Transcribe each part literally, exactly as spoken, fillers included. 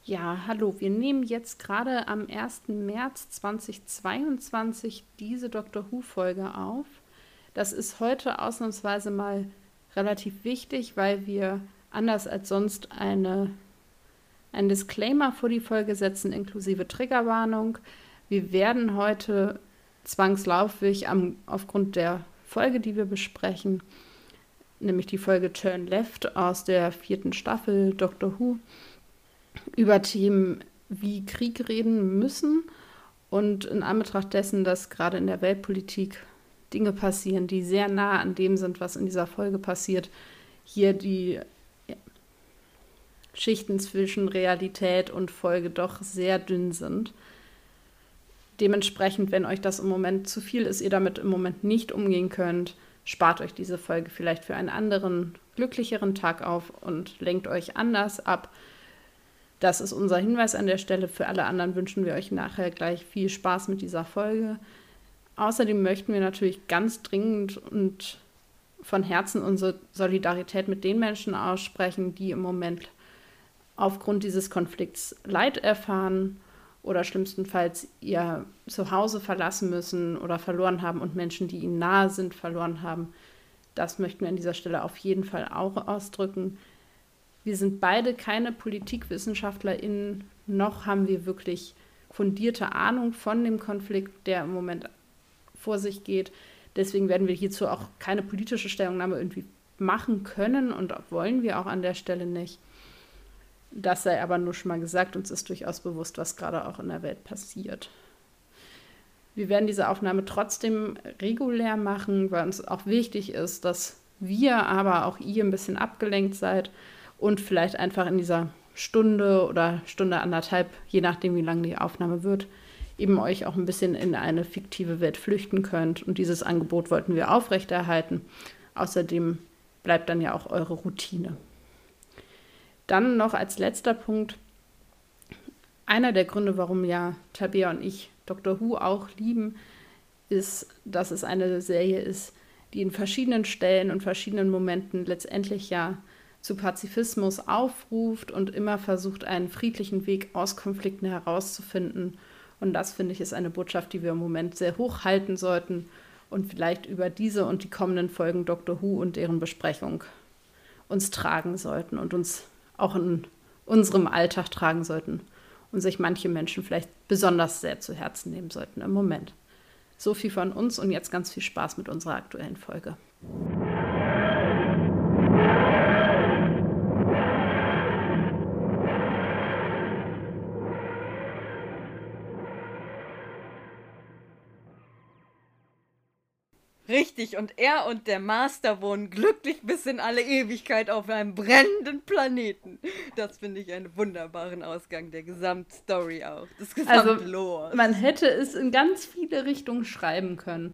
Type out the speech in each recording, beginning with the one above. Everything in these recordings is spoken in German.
Ja, hallo. Wir nehmen jetzt gerade am ersten März zweitausendzweiundzwanzig diese Doctor Who-Folge auf. Das ist heute ausnahmsweise mal relativ wichtig, weil wir anders als sonst eine, einen Disclaimer vor die Folge setzen, inklusive Triggerwarnung. Wir werden heute zwangsläufig am, aufgrund der Folge, die wir besprechen, nämlich die Folge Turn Left aus der vierten Staffel Doctor Who, über Themen wie Krieg reden müssen und in Anbetracht dessen, dass gerade in der Weltpolitik Dinge passieren, die sehr nah an dem sind, was in dieser Folge passiert, hier die ja, Schichten zwischen Realität und Folge doch sehr dünn sind. Dementsprechend, wenn euch das im Moment zu viel ist, ihr damit im Moment nicht umgehen könnt, spart euch diese Folge vielleicht für einen anderen, glücklicheren Tag auf und lenkt euch anders ab. Das ist unser Hinweis an der Stelle. Für alle anderen wünschen wir euch nachher gleich viel Spaß mit dieser Folge. Außerdem möchten wir natürlich ganz dringend und von Herzen unsere Solidarität mit den Menschen aussprechen, die im Moment aufgrund dieses Konflikts Leid erfahren oder schlimmstenfalls ihr Zuhause verlassen müssen oder verloren haben und Menschen, die ihnen nahe sind, verloren haben. Das möchten wir an dieser Stelle auf jeden Fall auch ausdrücken. Wir sind beide keine PolitikwissenschaftlerInnen, noch haben wir wirklich fundierte Ahnung von dem Konflikt, der im Moment vor sich geht. Deswegen werden wir hierzu auch keine politische Stellungnahme irgendwie machen können und wollen wir auch an der Stelle nicht. Das sei aber nur schon mal gesagt, uns ist durchaus bewusst, was gerade auch in der Welt passiert. Wir werden diese Aufnahme trotzdem regulär machen, weil uns auch wichtig ist, dass wir, aber auch ihr ein bisschen abgelenkt seid und vielleicht einfach in dieser Stunde oder Stunde anderthalb, je nachdem, wie lang die Aufnahme wird, eben euch auch ein bisschen in eine fiktive Welt flüchten könnt. Und dieses Angebot wollten wir aufrechterhalten. Außerdem bleibt dann ja auch eure Routine. Dann noch als letzter Punkt, einer der Gründe, warum ja Tabea und ich Doctor Who auch lieben, ist, dass es eine Serie ist, die in verschiedenen Stellen und verschiedenen Momenten letztendlich ja zu Pazifismus aufruft und immer versucht, einen friedlichen Weg aus Konflikten herauszufinden. Und das, finde ich, ist eine Botschaft, die wir im Moment sehr hoch halten sollten und vielleicht über diese und die kommenden Folgen Doctor Who und deren Besprechung uns tragen sollten und uns auch in unserem Alltag tragen sollten und sich manche Menschen vielleicht besonders sehr zu Herzen nehmen sollten im Moment. So viel von uns und jetzt ganz viel Spaß mit unserer aktuellen Folge. Richtig, und er und der Master wohnen glücklich bis in alle Ewigkeit auf einem brennenden Planeten. Das finde ich einen wunderbaren Ausgang der Gesamtstory auch, des Gesamtlores. Also, man hätte es in ganz viele Richtungen schreiben können.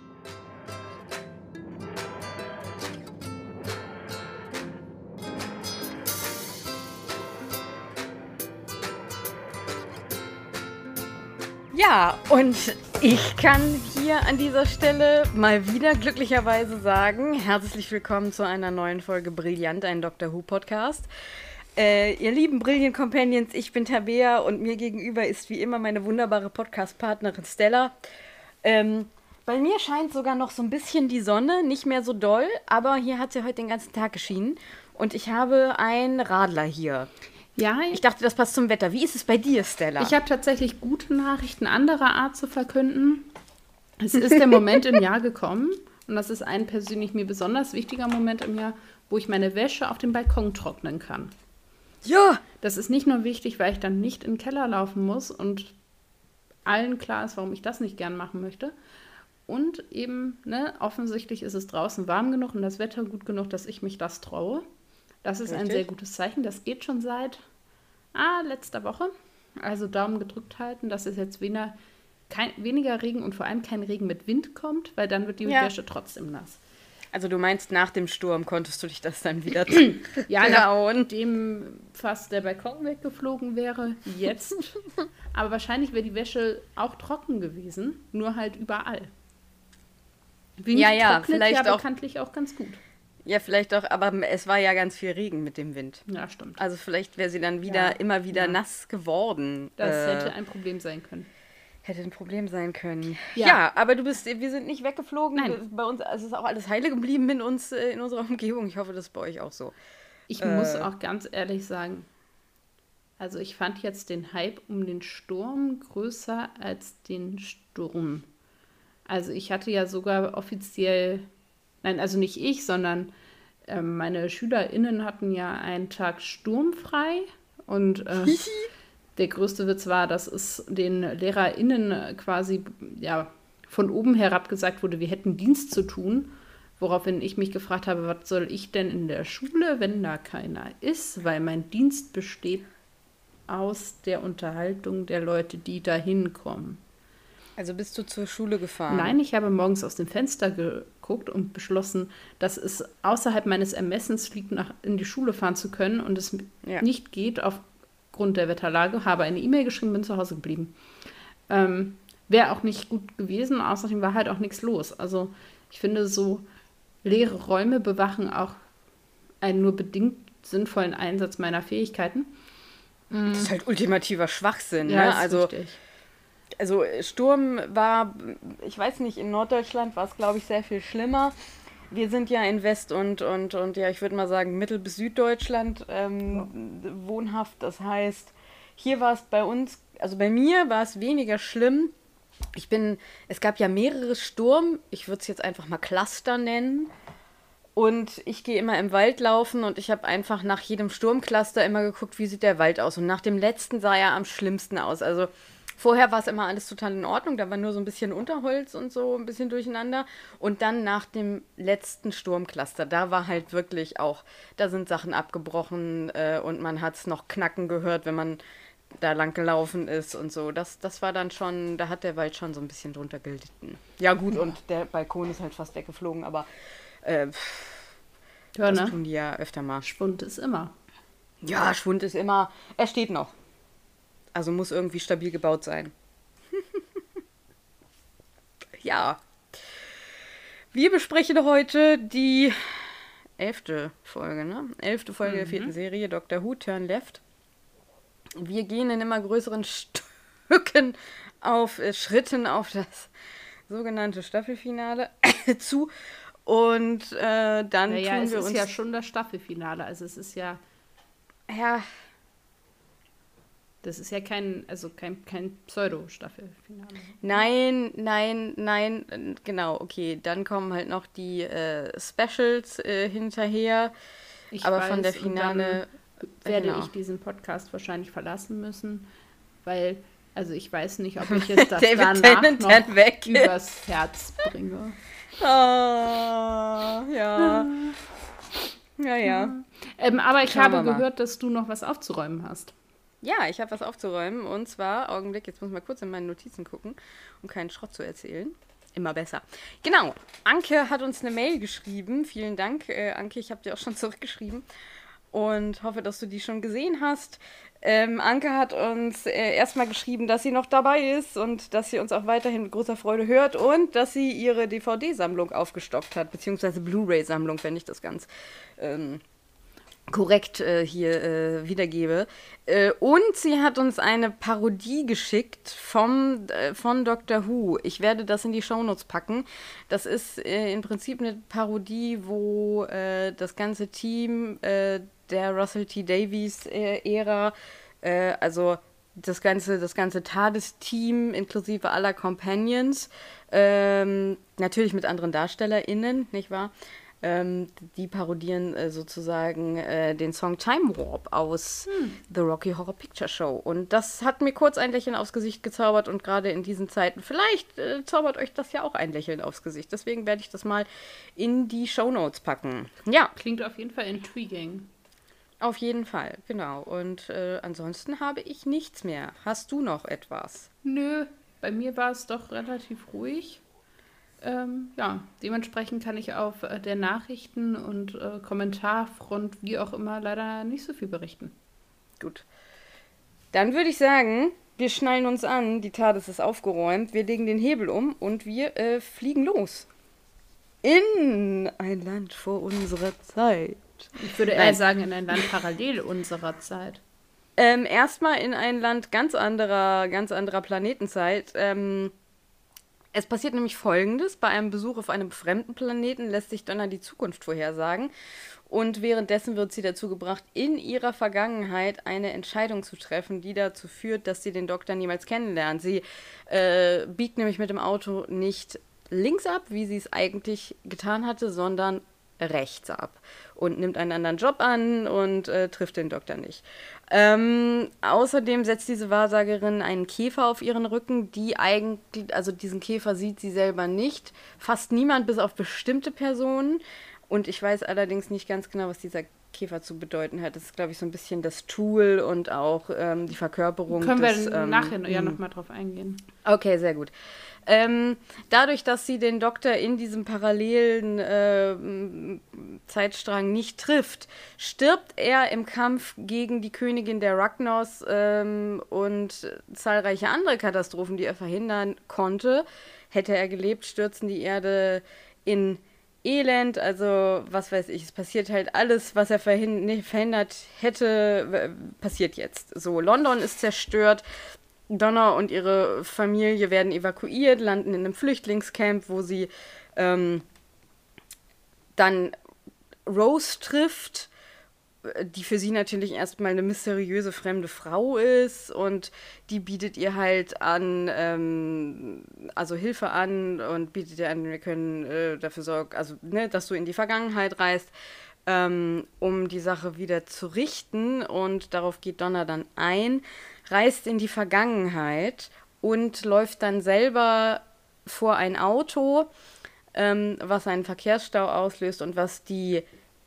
Ja, und ich kann hier an dieser Stelle mal wieder glücklicherweise sagen, herzlich willkommen zu einer neuen Folge Brillant, ein Doctor Who Podcast. Äh, ihr lieben Brilliant Companions, ich bin Tabea und mir gegenüber ist wie immer meine wunderbare Podcast-Partnerin Stella. Ähm, bei mir scheint sogar noch so ein bisschen die Sonne, nicht mehr so doll, aber hier hat sie heute den ganzen Tag geschienen und ich habe einen Radler hier. Ja, ich dachte, das passt zum Wetter. Wie ist es bei dir, Stella? Ich habe tatsächlich gute Nachrichten anderer Art zu verkünden. Es ist der Moment im Jahr gekommen und das ist ein persönlich mir besonders wichtiger Moment im Jahr, wo ich meine Wäsche auf dem Balkon trocknen kann. Ja! Das ist nicht nur wichtig, weil ich dann nicht in den Keller laufen muss und allen klar ist, warum ich das nicht gern machen möchte. Und eben, ne, offensichtlich ist es draußen warm genug und das Wetter gut genug, dass ich mich das traue. Das ist Richtig. Ein sehr gutes Zeichen. Das geht schon seit ah, letzter Woche. Also Daumen gedrückt halten, dass es jetzt weniger, kein, weniger Regen und vor allem kein Regen mit Wind kommt, weil dann wird die ja. Wäsche trotzdem nass. Also du meinst, nach dem Sturm konntest du dich das dann wieder ja, nachdem fast der Balkon weggeflogen wäre, jetzt. Aber wahrscheinlich wäre die Wäsche auch trocken gewesen, nur halt überall. Wind ja, ja, trocknet vielleicht ja auch bekanntlich auch ganz gut. Ja, vielleicht doch, aber es war ja ganz viel Regen mit dem Wind. Ja, stimmt. Also vielleicht wäre sie dann wieder, Ja, immer wieder ja. nass geworden. Das äh, hätte ein Problem sein können. Hätte ein Problem sein können. Ja. Ja, aber du bist, wir sind nicht weggeflogen. Nein. Bei uns, also es ist auch alles heile geblieben in uns, äh, in unserer Umgebung. Ich hoffe, das ist bei euch auch so. Ich Äh. muss auch ganz ehrlich sagen, also ich fand jetzt den Hype um den Sturm größer als den Sturm. Also ich hatte ja sogar offiziell, nein, also nicht ich, sondern ähm, meine SchülerInnen hatten ja einen Tag sturmfrei und äh, der größte Witz war, dass es den LehrerInnen quasi ja, von oben herab gesagt wurde, wir hätten Dienst zu tun, woraufhin ich mich gefragt habe, was soll ich denn in der Schule, wenn da keiner ist, weil mein Dienst besteht aus der Unterhaltung der Leute, die da hinkommen. Also bist du zur Schule gefahren? Nein, ich habe morgens aus dem Fenster geguckt und beschlossen, dass es außerhalb meines Ermessens liegt, nach, in die Schule fahren zu können und es Ja. nicht geht aufgrund der Wetterlage. Habe eine E-Mail geschrieben, bin zu Hause geblieben. Ähm, Wäre auch nicht gut gewesen, außerdem war halt auch nichts los. Also ich finde, so leere Räume bewachen auch einen nur bedingt sinnvollen Einsatz meiner Fähigkeiten. Das ist halt ultimativer Schwachsinn. Ja, ne? ist Also, richtig. also Sturm war, ich weiß nicht, in Norddeutschland war es, glaube ich, sehr viel schlimmer. Wir sind ja in West- und, und, und ja, ich würde mal sagen, Mittel- bis Süddeutschland ähm, wohnhaft. Das heißt, hier war es bei uns, also bei mir war es weniger schlimm. Ich bin, es gab ja mehrere Sturm, ich würde es jetzt einfach mal Cluster nennen. Und ich gehe immer im Wald laufen und ich habe einfach nach jedem Sturmcluster immer geguckt, wie sieht der Wald aus. Und nach dem letzten sah er am schlimmsten aus. Also vorher war es immer alles total in Ordnung, da war nur so ein bisschen Unterholz und so ein bisschen durcheinander. Und dann nach dem letzten Sturmcluster, da war halt wirklich auch, da sind Sachen abgebrochen äh, und man hat es noch knacken gehört, wenn man da lang gelaufen ist und so. Das, das war dann schon, da hat der Wald schon so ein bisschen drunter gelitten. Ja gut, und der Balkon ist halt fast weggeflogen, aber äh, Ja, das ne? tun die ja öfter mal. Schwund ist immer. Ja, Schwund ist immer, er steht noch. Also muss irgendwie stabil gebaut sein. Ja. Wir besprechen heute die elfte Folge, ne? Elfte Folge der vierten Serie, Doctor Who, Turn Left. Wir gehen in immer größeren Stücken auf, äh, Schritten auf das sogenannte Staffelfinale zu. Und äh, dann Naja, tun es wir ist uns... ja schon das Staffelfinale. Also es ist ja, Ja, das ist ja kein, also kein, kein Pseudo-Staffelfinale. nein, nein, nein, äh, genau, okay. Dann kommen halt noch die äh, Specials äh, hinterher. Ich aber weiß, von der und Finale... dann werde genau. ich diesen Podcast wahrscheinlich verlassen müssen, weil, also ich weiß nicht, ob ich es das David danach Tennant noch dann weg. übers Herz bringe. Ah, ja. Ja, ja. Ähm, aber ich Schauen habe wir mal. gehört, dass du noch was aufzuräumen hast. Ja, ich habe was aufzuräumen. Und zwar, Augenblick, jetzt muss ich mal kurz in meine Notizen gucken, um keinen Schrott zu erzählen. Immer besser. Genau, Anke hat uns eine Mail geschrieben. Vielen Dank, äh, Anke, ich habe dir auch schon zurückgeschrieben. Und hoffe, dass du die schon gesehen hast. Ähm, Anke hat uns äh, erstmal geschrieben, dass sie noch dabei ist und dass sie uns auch weiterhin mit großer Freude hört und dass sie ihre D V D-Sammlung aufgestockt hat, beziehungsweise Blu-ray-Sammlung, wenn ich das ganz ähm, korrekt äh, hier äh, wiedergebe. Äh, und sie hat uns eine Parodie geschickt vom, äh, von Doctor Who. Ich werde das in die Shownotes packen. Das ist äh, im Prinzip eine Parodie, wo äh, das ganze Team äh, der Russell T. Davies-Ära, äh, also das ganze, das ganze TARDIS-Team inklusive aller Companions, ähm, natürlich mit anderen DarstellerInnen, nicht wahr? Ähm, die parodieren äh, sozusagen äh, den Song Time Warp aus hm. The Rocky Horror Picture Show. Und das hat mir kurz ein Lächeln aufs Gesicht gezaubert und gerade in diesen Zeiten, vielleicht äh, zaubert euch das ja auch ein Lächeln aufs Gesicht. Deswegen werde ich das mal in die Shownotes packen. Ja. Klingt auf jeden Fall intriguing. Auf jeden Fall, genau. Und äh, ansonsten habe ich nichts mehr. Hast du noch etwas? Nö, bei mir war es doch relativ ruhig. Ähm, ja, dementsprechend kann ich auf äh, der Nachrichten- und äh, Kommentarfront, wie auch immer, leider nicht so viel berichten. Gut. Dann würde ich sagen, wir schnallen uns an, die TARDIS ist aufgeräumt, wir legen den Hebel um und wir äh, fliegen los. in ein Land vor unserer Zeit. Ich würde eher Nein. sagen, in ein Land parallel unserer Zeit. Ähm, erstmal in ein Land ganz anderer, ganz anderer Planetenzeit. Ähm, es passiert nämlich Folgendes. Bei einem Besuch auf einem fremden Planeten lässt sich Donna die Zukunft vorhersagen. Und währenddessen wird sie dazu gebracht, in ihrer Vergangenheit eine Entscheidung zu treffen, die dazu führt, dass sie den Doktor niemals kennenlernt. Sie äh, biegt nämlich mit dem Auto nicht links ab, wie sie es eigentlich getan hatte, sondern rechts ab und nimmt einen anderen Job an und äh, trifft den Doktor nicht. Ähm, außerdem setzt diese Wahrsagerin einen Käfer auf ihren Rücken, die eigentlich, also diesen Käfer sieht sie selber nicht, fast niemand bis auf bestimmte Personen. Und ich weiß allerdings nicht ganz genau, was dieser Käfer zu bedeuten hat. Das ist, glaube ich, so ein bisschen das Tool und auch ähm, die Verkörperung. Können des, wir ähm, nachher ja nochmal drauf eingehen. Okay, sehr gut. Ähm, dadurch, dass sie den Doktor in diesem parallelen äh, Zeitstrang nicht trifft, stirbt er im Kampf gegen die Königin der Ragnos ähm, und zahlreiche andere Katastrophen, die er verhindern konnte. Hätte er gelebt, stürzen die Erde in Elend, also was weiß ich, es passiert halt alles, was er verhin- nee, verhindert hätte, passiert jetzt. So, London ist zerstört, Donna und ihre Familie werden evakuiert, landen in einem Flüchtlingscamp, wo sie ähm, dann Rose trifft, die für sie natürlich erstmal eine mysteriöse fremde Frau ist und die bietet ihr halt an, ähm, also Hilfe an und bietet ihr an, wir können äh, dafür sorgen, also ne, dass du in die Vergangenheit reist, ähm, um die Sache wieder zu richten, und darauf geht Donna dann ein, reist in die Vergangenheit und läuft dann selber vor ein Auto, ähm, was einen Verkehrsstau auslöst und was die,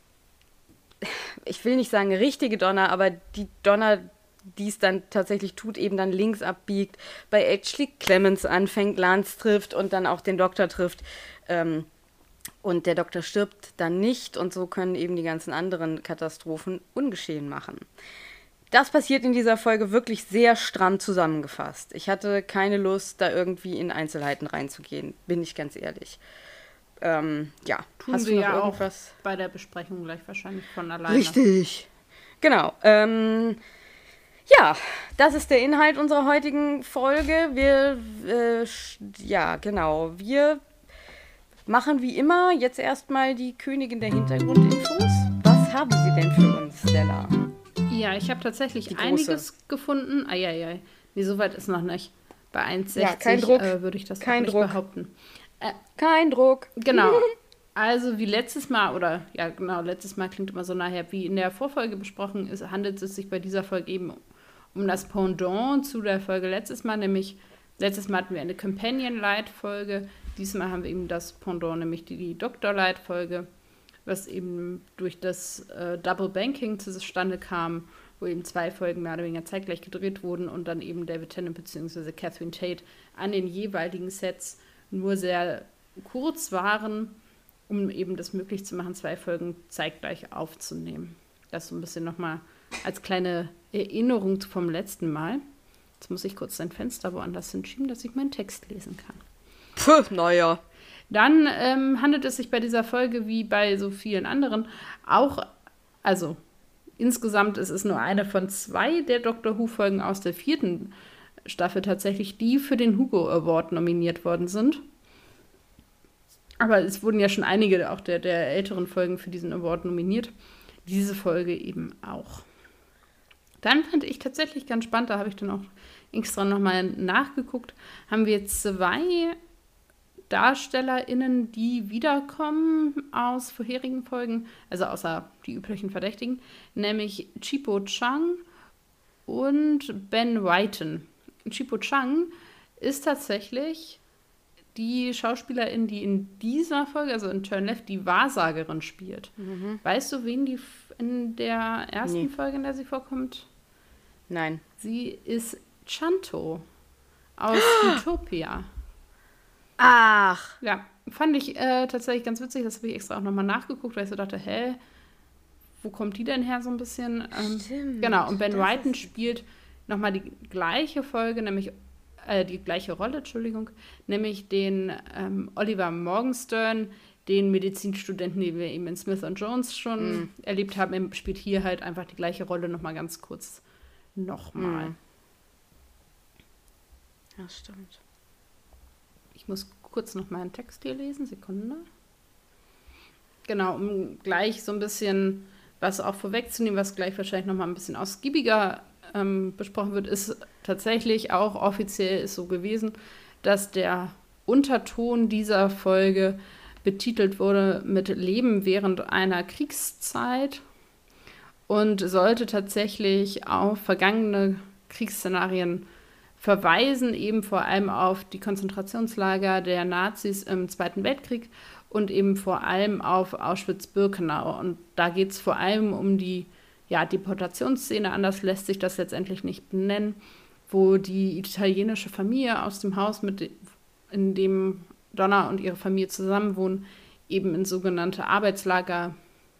ich will nicht sagen richtige Donna, aber die Donna, die es dann tatsächlich tut, eben dann links abbiegt, bei Ashley Clemens anfängt, Lance trifft und dann auch den Doktor trifft. Ähm, und der Doktor stirbt dann nicht und so können eben die ganzen anderen Katastrophen ungeschehen machen. Das passiert in dieser Folge wirklich sehr stramm zusammengefasst. Ich hatte keine Lust, da irgendwie in Einzelheiten reinzugehen, bin ich ganz ehrlich. Ähm, ja, tun hast wir du noch ja irgendwas? Auch bei der Besprechung gleich wahrscheinlich von alleine. Richtig. Genau. Ähm, ja, das ist der Inhalt unserer heutigen Folge. Wir, äh, sch- ja, genau. Wir machen wie immer jetzt erstmal die Königin der Hintergrundinfos. Was haben Sie denn für uns, Stella? Ja, ich habe tatsächlich einiges gefunden. Eieiei. Nee, so weit ist noch nicht. Bei eins Komma sechzig ja, kein Druck. Äh, würde ich das kein auch nicht Druck. behaupten. Äh, Kein Druck. Genau. Also wie letztes Mal, oder ja genau, letztes Mal klingt immer so nachher, wie in der Vorfolge besprochen ist, handelt es sich bei dieser Folge eben um das Pendant zu der Folge letztes Mal, nämlich letztes Mal hatten wir eine Companion-Light-Folge, diesmal haben wir eben das Pendant, nämlich die, die Doctor-Light-Folge, was eben durch das äh, Double Banking zustande kam, wo eben zwei Folgen mehr oder weniger zeitgleich gedreht wurden und dann eben David Tennant bzw. Catherine Tate an den jeweiligen Sets nur sehr kurz waren, um eben das möglich zu machen, zwei Folgen zeitgleich aufzunehmen. Das so ein bisschen nochmal als kleine Erinnerung vom letzten Mal. Jetzt muss ich kurz ein Fenster woanders hinschieben, dass ich meinen Text lesen kann. Puh, naja. Dann ähm, handelt es sich bei dieser Folge wie bei so vielen anderen auch, also insgesamt ist es nur eine von zwei der Doctor Who-Folgen aus der vierten Staffel tatsächlich, die für den Hugo Award nominiert worden sind. Aber es wurden ja schon einige auch der, der älteren Folgen für diesen Award nominiert. Diese Folge eben auch. Dann fand ich tatsächlich ganz spannend, da habe ich dann auch extra nochmal nachgeguckt, haben wir zwei DarstellerInnen, die wiederkommen aus vorherigen Folgen, also außer die üblichen Verdächtigen, nämlich Chipo Chang und Ben Whiten. Chipo Chang ist tatsächlich die Schauspielerin, die in dieser Folge, also in Turn Left, die Wahrsagerin spielt. Mhm. Weißt du, wen die in der ersten nee. Folge, in der sie vorkommt? Nein. Sie ist Chanto aus Utopia. Ach. Ja, fand ich äh, tatsächlich ganz witzig. Das habe ich extra auch nochmal nachgeguckt, weil ich so dachte, hä, wo kommt die denn her so ein bisschen? Ähm, Stimmt. Genau, und Ben Whiten spielt nochmal die gleiche Folge, nämlich äh, die gleiche Rolle, Entschuldigung, nämlich den ähm, Oliver Morgenstern den Medizinstudenten, den wir eben in Smith und Jones schon mm. erlebt haben, er spielt hier halt einfach die gleiche Rolle nochmal ganz kurz nochmal. Mm. Ja, stimmt. Ich muss kurz noch mal einen Text hier lesen, Sekunde. Genau, um gleich so ein bisschen was auch vorwegzunehmen, was gleich wahrscheinlich noch mal ein bisschen ausgiebiger ähm, besprochen wird, ist tatsächlich auch offiziell ist so gewesen, dass der Unterton dieser Folge betitelt wurde mit Leben während einer Kriegszeit und sollte tatsächlich auf vergangene Kriegsszenarien verweisen, eben vor allem auf die Konzentrationslager der Nazis im Zweiten Weltkrieg und eben vor allem auf Auschwitz-Birkenau. Und da geht es vor allem um die ja, Deportationsszene, anders lässt sich das letztendlich nicht benennen, wo die italienische Familie aus dem Haus, mit, in dem Donna und ihre Familie zusammenwohnen, eben in sogenannte Arbeitslager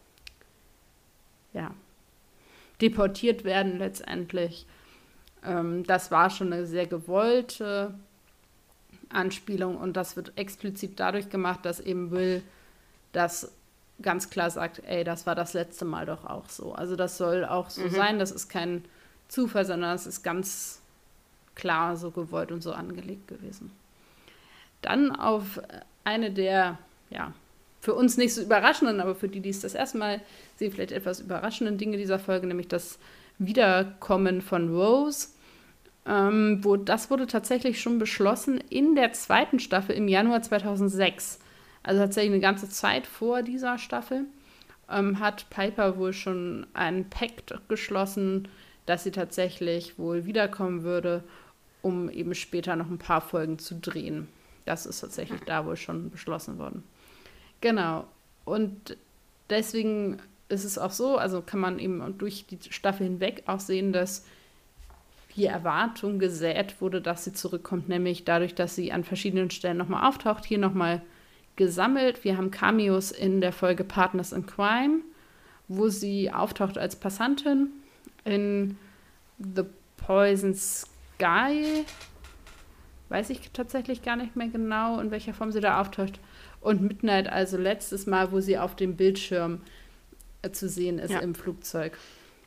ja, deportiert werden letztendlich. Ähm, das war schon eine sehr gewollte Anspielung und das wird explizit dadurch gemacht, dass eben Will das ganz klar sagt, ey, das war das letzte Mal doch auch so. Also das soll auch so mhm. sein, das ist kein Zufall, sondern es ist ganz klar so gewollt und so angelegt gewesen. Dann auf eine der, ja, für uns nicht so überraschenden, aber für die, die es das erste Mal sehen, vielleicht etwas überraschenden Dinge dieser Folge, nämlich das Wiederkommen von Rose. Ähm, wo, das wurde tatsächlich schon beschlossen in der zweiten Staffel im Januar zweitausendsechs. Also tatsächlich eine ganze Zeit vor dieser Staffel ähm, hat Piper wohl schon einen Pakt geschlossen, dass sie tatsächlich wohl wiederkommen würde, um eben später noch ein paar Folgen zu drehen. Das ist tatsächlich da wohl schon beschlossen worden. Genau. Und deswegen ist es auch so, also kann man eben durch die Staffel hinweg auch sehen, dass die Erwartung gesät wurde, dass sie zurückkommt, nämlich dadurch, dass sie an verschiedenen Stellen nochmal auftaucht, hier nochmal gesammelt. Wir haben Cameos in der Folge Partners in Crime, wo sie auftaucht als Passantin, in The Poison Sky, weiß ich tatsächlich gar nicht mehr genau, in welcher Form sie da auftaucht, und Midnight, also letztes Mal, wo sie auf dem Bildschirm äh, zu sehen ist, ja, im Flugzeug.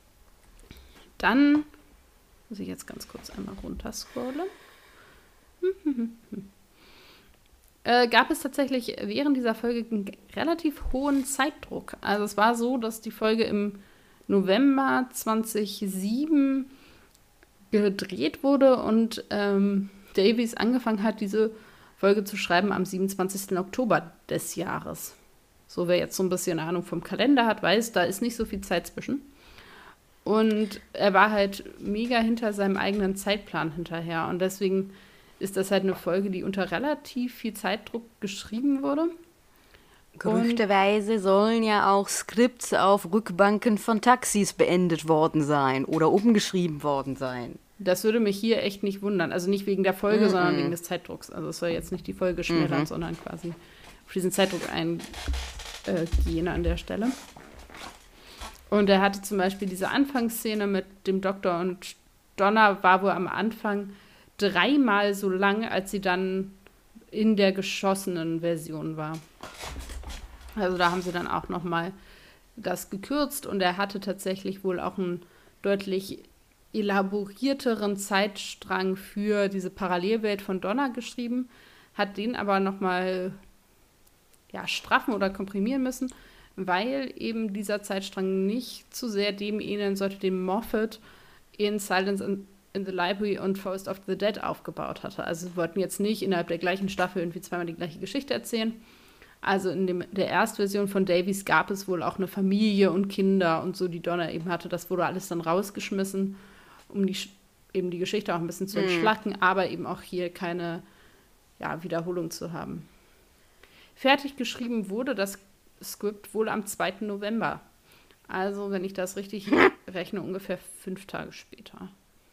Dann muss ich jetzt ganz kurz einmal runterscrollen. Äh, gab es tatsächlich während dieser Folge einen relativ hohen Zeitdruck. Also es war so, dass die Folge im November zweitausendsieben gedreht wurde und ähm, Davies angefangen hat, diese Folge zu schreiben am siebenundzwanzigsten Oktober des Jahres. So, wer jetzt so ein bisschen Ahnung vom Kalender hat, weiß, da ist nicht so viel Zeit zwischen. Und er war halt mega hinter seinem eigenen Zeitplan hinterher. Und deswegen ist das halt eine Folge, die unter relativ viel Zeitdruck geschrieben wurde. Gerüchteweise sollen ja auch Skripts auf Rückbanken von Taxis beendet worden sein oder umgeschrieben worden sein. Das würde mich hier echt nicht wundern. Also nicht wegen der Folge, mm-mm, sondern wegen des Zeitdrucks. Also es soll jetzt nicht die Folge schmälern, mm-hmm, sondern quasi auf diesen Zeitdruck eingehen an der Stelle. Und er hatte zum Beispiel diese Anfangsszene mit dem Doktor und Donna war wohl am Anfang dreimal so lang, als sie dann in der geschossenen Version war. Also da haben sie dann auch nochmal das gekürzt und er hatte tatsächlich wohl auch einen deutlich elaborierteren Zeitstrang für diese Parallelwelt von Donna geschrieben, hat den aber nochmal ja, straffen oder komprimieren müssen, weil eben dieser Zeitstrang nicht zu sehr dem ähneln sollte, den Moffat in Silence in, in the Library und Forest of the Dead aufgebaut hatte. Also sie wollten jetzt nicht innerhalb der gleichen Staffel irgendwie zweimal die gleiche Geschichte erzählen. Also in dem, der Erstversion von Davies gab es wohl auch eine Familie und Kinder und so, die Donna eben hatte. Das wurde alles dann rausgeschmissen, um die, eben die Geschichte auch ein bisschen zu entschlacken, mhm, aber eben auch hier keine ja, Wiederholung zu haben. Fertig geschrieben wurde das Skript wohl am zweiten November. Also, wenn ich das richtig rechne, ungefähr fünf Tage später.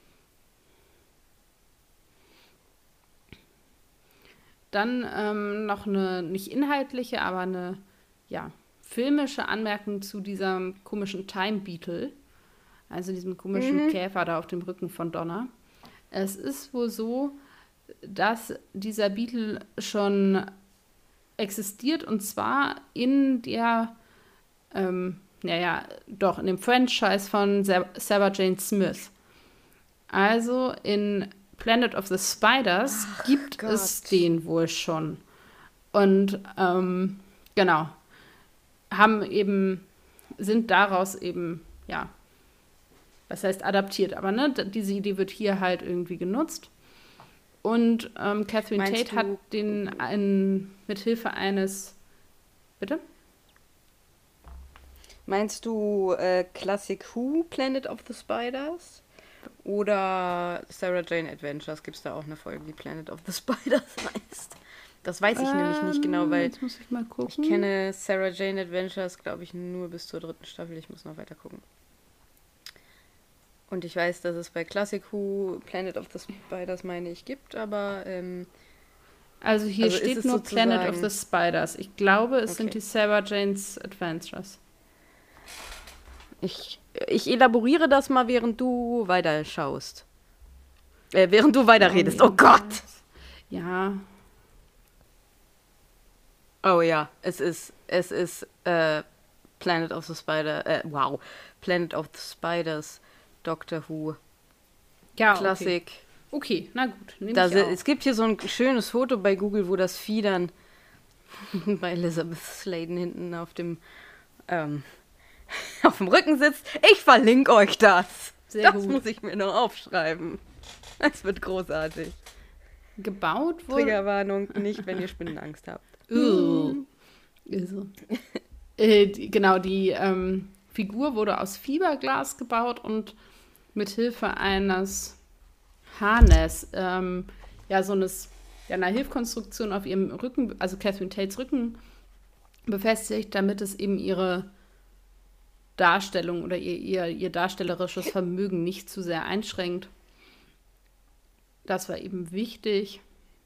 Dann ähm, noch eine, nicht inhaltliche, aber eine ja, filmische Anmerkung zu diesem komischen Time Beetle. Also diesem komischen mhm. Käfer da auf dem Rücken von Donna. Es ist wohl so, dass dieser Beetle schon existiert und zwar in der, ähm, naja, doch, in dem Franchise von Sarah Jane Smith. Also in Planet of the Spiders Ach, gibt Gott. es den wohl schon. Und ähm, genau, haben eben, sind daraus eben, ja, was heißt adaptiert, aber ne, diese Idee wird hier halt irgendwie genutzt. Und ähm, Catherine Meinst Tate du? hat den in, mit Hilfe eines, bitte? Meinst du äh, Classic Who, Planet of the Spiders? Oder Sarah Jane Adventures? Gibt es da auch eine Folge, die Planet of the Spiders heißt? Das weiß ich ähm, nämlich nicht genau, weil jetzt muss ich, mal gucken. ich kenne Sarah Jane Adventures, glaube ich, nur bis zur dritten Staffel. Ich muss noch weiter gucken. Und ich weiß, dass es bei Classic Who Planet of the Spiders, meine ich, gibt, aber ähm, also hier also steht nur Planet of the Spiders. Ich glaube, es okay. sind die Sarah Jane's Adventures. Ich, ich elaboriere das mal, während du weiterschaust. Äh, während du weiterredest. Oh Gott! Ja. Oh ja, es ist, es ist äh, Planet of the Spiders, äh, wow, Planet of the Spiders, Doctor Who. Ja, Klassik. Okay, okay, na gut. Da se- es gibt hier so ein schönes Foto bei Google, wo das Vieh dann bei Elizabeth Sladen hinten auf dem ähm, auf dem Rücken sitzt. Ich verlinke euch das. Sehr das gut. Muss ich mir noch aufschreiben. Es wird großartig. Gebaut wurde... Triggerwarnung, nicht, wenn ihr Spinnenangst habt. Uh. Also. äh, die, genau, die ähm, Figur wurde aus Fiberglas gebaut und mit Hilfe eines Harness, ähm, ja, so eines, ja, einer Hilfkonstruktion auf ihrem Rücken, also Catherine Tates Rücken befestigt, damit es eben ihre Darstellung oder ihr, ihr, ihr darstellerisches Vermögen nicht zu sehr einschränkt. Das war eben wichtig.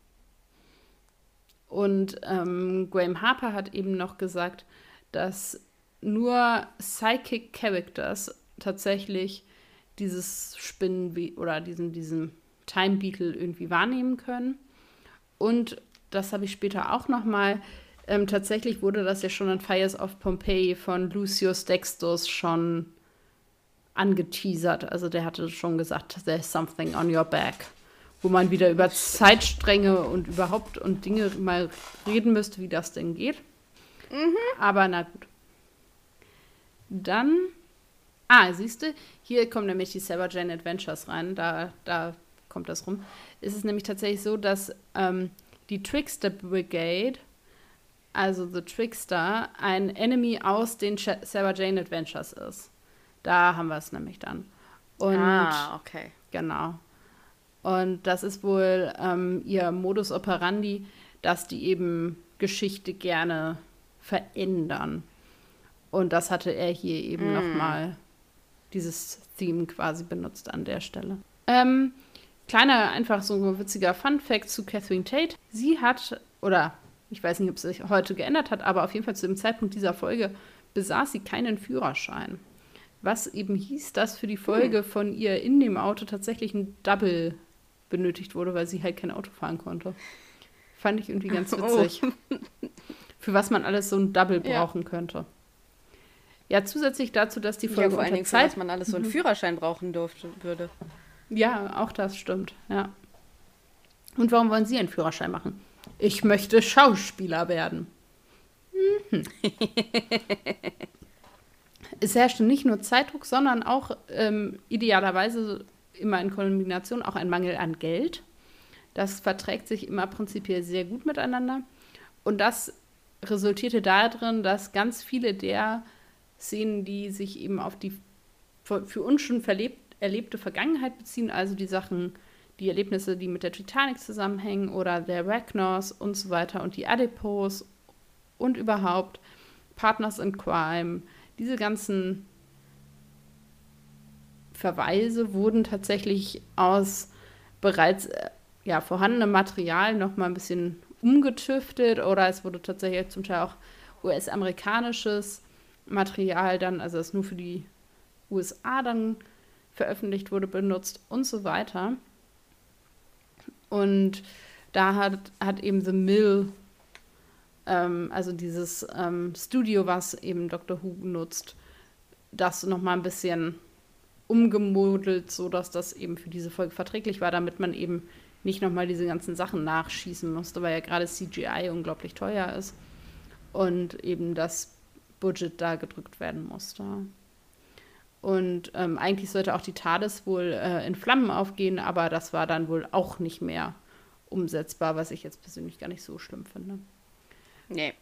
Und ähm, Graham Harper hat eben noch gesagt, dass nur Psychic Characters tatsächlich dieses Spinnen oder diesen, diesen Time Beetle irgendwie wahrnehmen können. Und das habe ich später auch noch mal. Ähm, tatsächlich wurde das ja schon in Fires of Pompeii von Lucius Dextus schon angeteasert. Also der hatte schon gesagt, there's something on your back. Wo man wieder über Zeitstränge und überhaupt und Dinge mal reden müsste, wie das denn geht. Mhm. Aber na gut. Dann, ah, siehst du, hier kommen nämlich die Sarah Jane Adventures rein. Da, da kommt das rum. Es ist nämlich tatsächlich so, dass ähm, die Trickster Brigade, also The Trickster, ein Enemy aus den Ch- Sarah Jane Adventures ist. Da haben wir es nämlich dann. Und ah, okay. Genau. Und das ist wohl ähm, ihr Modus operandi, dass die eben Geschichte gerne verändern. Und das hatte er hier eben mm. nochmal, dieses Theme quasi benutzt an der Stelle. Ähm, kleiner, einfach so ein witziger Fun-Fact zu Catherine Tate. Sie hat, oder ich weiß nicht, ob es sich heute geändert hat, aber auf jeden Fall zu dem Zeitpunkt dieser Folge besaß sie keinen Führerschein. Was eben hieß, dass für die Folge hm. von ihr in dem Auto tatsächlich ein Double benötigt wurde, weil sie halt kein Auto fahren konnte. Fand ich irgendwie ganz witzig. Oh. Für was man alles so ein Double ja. brauchen könnte. Ja, zusätzlich dazu, dass die Folge ja, vor allen Dingen, für was man alles so einen Führerschein brauchen durfte, würde. Ja, auch das stimmt, ja. Und warum wollen Sie einen Führerschein machen? Ich möchte Schauspieler werden. Mhm. Es herrschte nicht nur Zeitdruck, sondern auch ähm, idealerweise immer in Kombination auch ein Mangel an Geld. Das verträgt sich immer prinzipiell sehr gut miteinander. Und das resultierte darin, dass ganz viele der Szenen, die sich eben auf die für uns schon verlebt, erlebte Vergangenheit beziehen, also die Sachen, die Erlebnisse, die mit der Titanic zusammenhängen oder der Ragnos und so weiter und die Adipos und überhaupt Partners in Crime, diese ganzen Verweise wurden tatsächlich aus bereits äh, ja, vorhandenem Material noch mal ein bisschen umgetüftet oder es wurde tatsächlich zum Teil auch U S-amerikanisches Material dann, also das nur für die U S A dann veröffentlicht wurde, benutzt und so weiter. Und da hat, hat eben The Mill ähm, also dieses ähm, Studio, was eben Doctor Who nutzt, das nochmal ein bisschen umgemodelt, sodass das eben für diese Folge verträglich war, damit man eben nicht nochmal diese ganzen Sachen nachschießen musste, weil ja gerade C G I unglaublich teuer ist und eben das Budget da gedrückt werden musste. Und ähm, eigentlich sollte auch die TARDIS wohl äh, in Flammen aufgehen, aber das war dann wohl auch nicht mehr umsetzbar, was ich jetzt persönlich gar nicht so schlimm finde. Nee.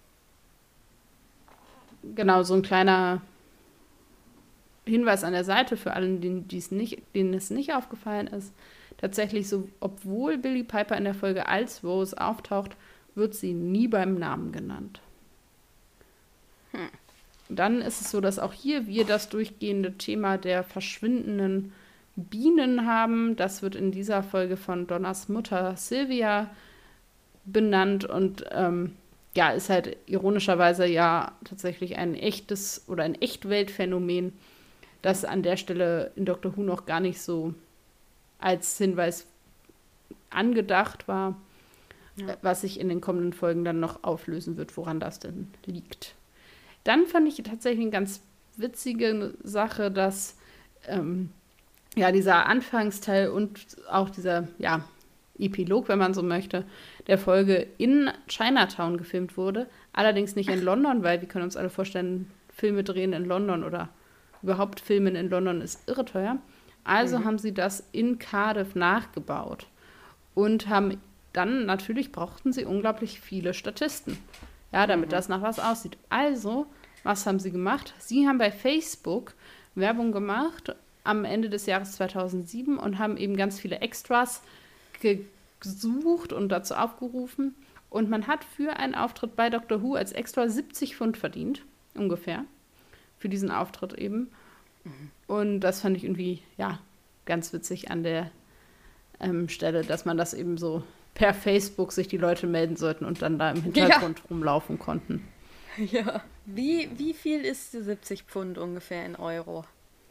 Genau, so ein kleiner Hinweis an der Seite für alle, denen, die's nicht, denen es nicht aufgefallen ist. Tatsächlich, so, obwohl Billie Piper in der Folge als Rose auftaucht, wird sie nie beim Namen genannt. Hm. Dann ist es so, dass auch hier wir das durchgehende Thema der verschwindenden Bienen haben. Das wird in dieser Folge von Donners Mutter Sylvia benannt und ähm, ja, ist halt ironischerweise ja tatsächlich ein echtes oder ein Echtweltphänomen, das an der Stelle in Doctor Who noch gar nicht so als Hinweis angedacht war, ja. Was sich in den kommenden Folgen dann noch auflösen wird, woran das denn liegt. Dann fand ich tatsächlich eine ganz witzige Sache, dass ähm, ja, dieser Anfangsteil und auch dieser ja, Epilog, wenn man so möchte, der Folge in Chinatown gefilmt wurde. Allerdings nicht in London, weil wir können uns alle vorstellen, Filme drehen in London oder überhaupt Filmen in London ist irre teuer. Also mhm. haben sie das in Cardiff nachgebaut und haben dann, natürlich brauchten sie unglaublich viele Statisten, ja, damit mhm. das nach was aussieht. Also, was haben sie gemacht? Sie haben bei Facebook Werbung gemacht am Ende des Jahres zweitausendsieben und haben eben ganz viele Extras ge- gesucht und dazu aufgerufen. Und man hat für einen Auftritt bei Doctor Who als Extra siebzig Pfund verdient, ungefähr. Für diesen Auftritt eben. Mhm. Und das fand ich irgendwie, ja, ganz witzig an der ähm, Stelle, dass man das eben so per Facebook sich die Leute melden sollten und dann da im Hintergrund ja. rumlaufen konnten. Ja. Wie, wie viel ist die siebzig Pfund ungefähr in Euro?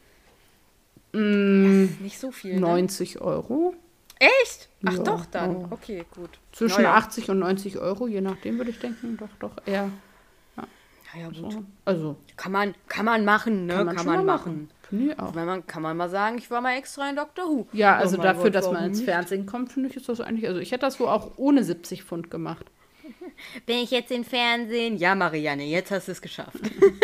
Mm, das ist nicht so viel, neunzig ne? Euro. Echt? Ach ja, doch, dann. Oh. Okay, gut. Zwischen naja. achtzig und neunzig Euro, je nachdem würde ich denken. Doch, doch, eher. Ja, ja, gut. Also, kann man, kann man machen, ne? Kann man, kann man machen. Nee, auch. Wenn man, kann man mal sagen, ich war mal extra in Doctor Who. Ja, also oh dafür, Gott, dass man ins nicht? Fernsehen kommt, finde ich, ist das eigentlich, also ich hätte das wohl auch ohne siebzig Pfund gemacht. Bin ich jetzt im Fernsehen? Ja, Marianne, jetzt hast du es geschafft.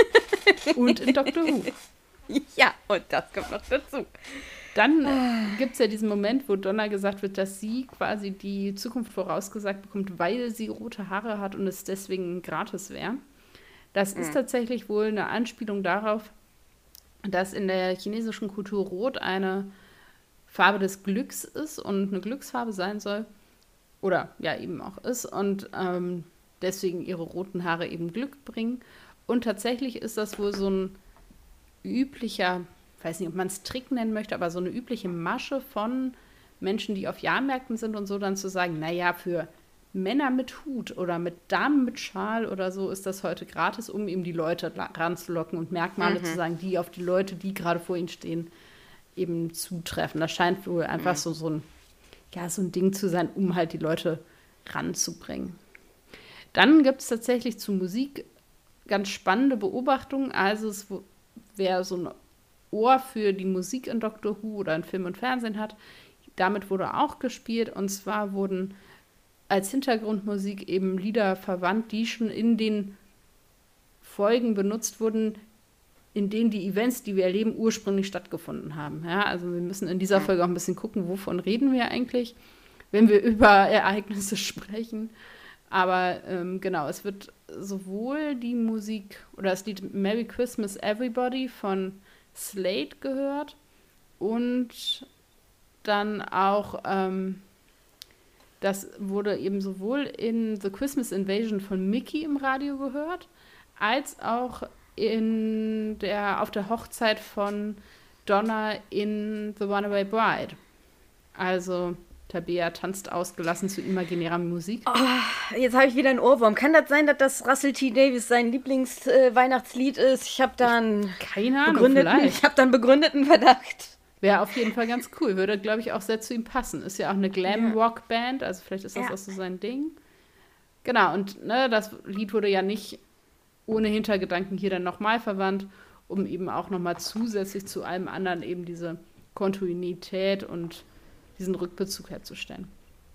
Und in Doctor Who. Ja, und das kommt noch dazu. Dann gibt es ja diesen Moment, wo Donna gesagt wird, dass sie quasi die Zukunft vorausgesagt bekommt, weil sie rote Haare hat und es deswegen gratis wäre. Das mhm. ist tatsächlich wohl eine Anspielung darauf, dass in der chinesischen Kultur Rot eine Farbe des Glücks ist und eine Glücksfarbe sein soll. Oder ja, eben auch ist. Und ähm, deswegen ihre roten Haare eben Glück bringen. Und tatsächlich ist das wohl so ein üblicher, ich weiß nicht, ob man es Trick nennen möchte, aber so eine übliche Masche von Menschen, die auf Jahrmärkten sind und so, dann zu sagen, naja, für Männer mit Hut oder mit Damen mit Schal oder so ist das heute gratis, um eben die Leute ranzulocken und Merkmale mhm. zu sagen, die auf die Leute, die gerade vor ihnen stehen, eben zutreffen. Das scheint wohl einfach mhm. so, so, ein, ja, so ein Ding zu sein, um halt die Leute ranzubringen. Dann gibt es tatsächlich zu Musik ganz spannende Beobachtungen. Also es, wer so ein Ohr für die Musik in Doctor Who oder in Film und Fernsehen hat, damit wurde auch gespielt. Und zwar wurden als Hintergrundmusik eben Lieder verwandt, die schon in den Folgen benutzt wurden, in denen die Events, die wir erleben, ursprünglich stattgefunden haben. Ja, also wir müssen in dieser Folge auch ein bisschen gucken, wovon reden wir eigentlich, wenn wir über Ereignisse sprechen. Aber ähm, genau, es wird sowohl die Musik oder das Lied Merry Christmas Everybody von Slade gehört und dann auch ähm, das wurde eben sowohl in The Christmas Invasion von Mickey im Radio gehört, als auch in der, auf der Hochzeit von Donna in The Runaway Bride. Also Tabea tanzt ausgelassen zu imaginärer Musik. Oh, jetzt habe ich wieder einen Ohrwurm. Kann das sein, dass das Russell T. Davies sein Lieblingsweihnachtslied äh, ist? Ich habe dann keine Ahnung, begründeten, ich habe dann begründeten Verdacht. Wäre auf jeden Fall ganz cool. Würde, glaube ich, auch sehr zu ihm passen. Ist ja auch eine Glam-Rock-Band, also vielleicht ist das ja auch so sein Ding. Genau, und ne, das Lied wurde ja nicht ohne Hintergedanken hier dann nochmal verwandt, um eben auch nochmal zusätzlich zu allem anderen eben diese Kontinuität und diesen Rückbezug herzustellen.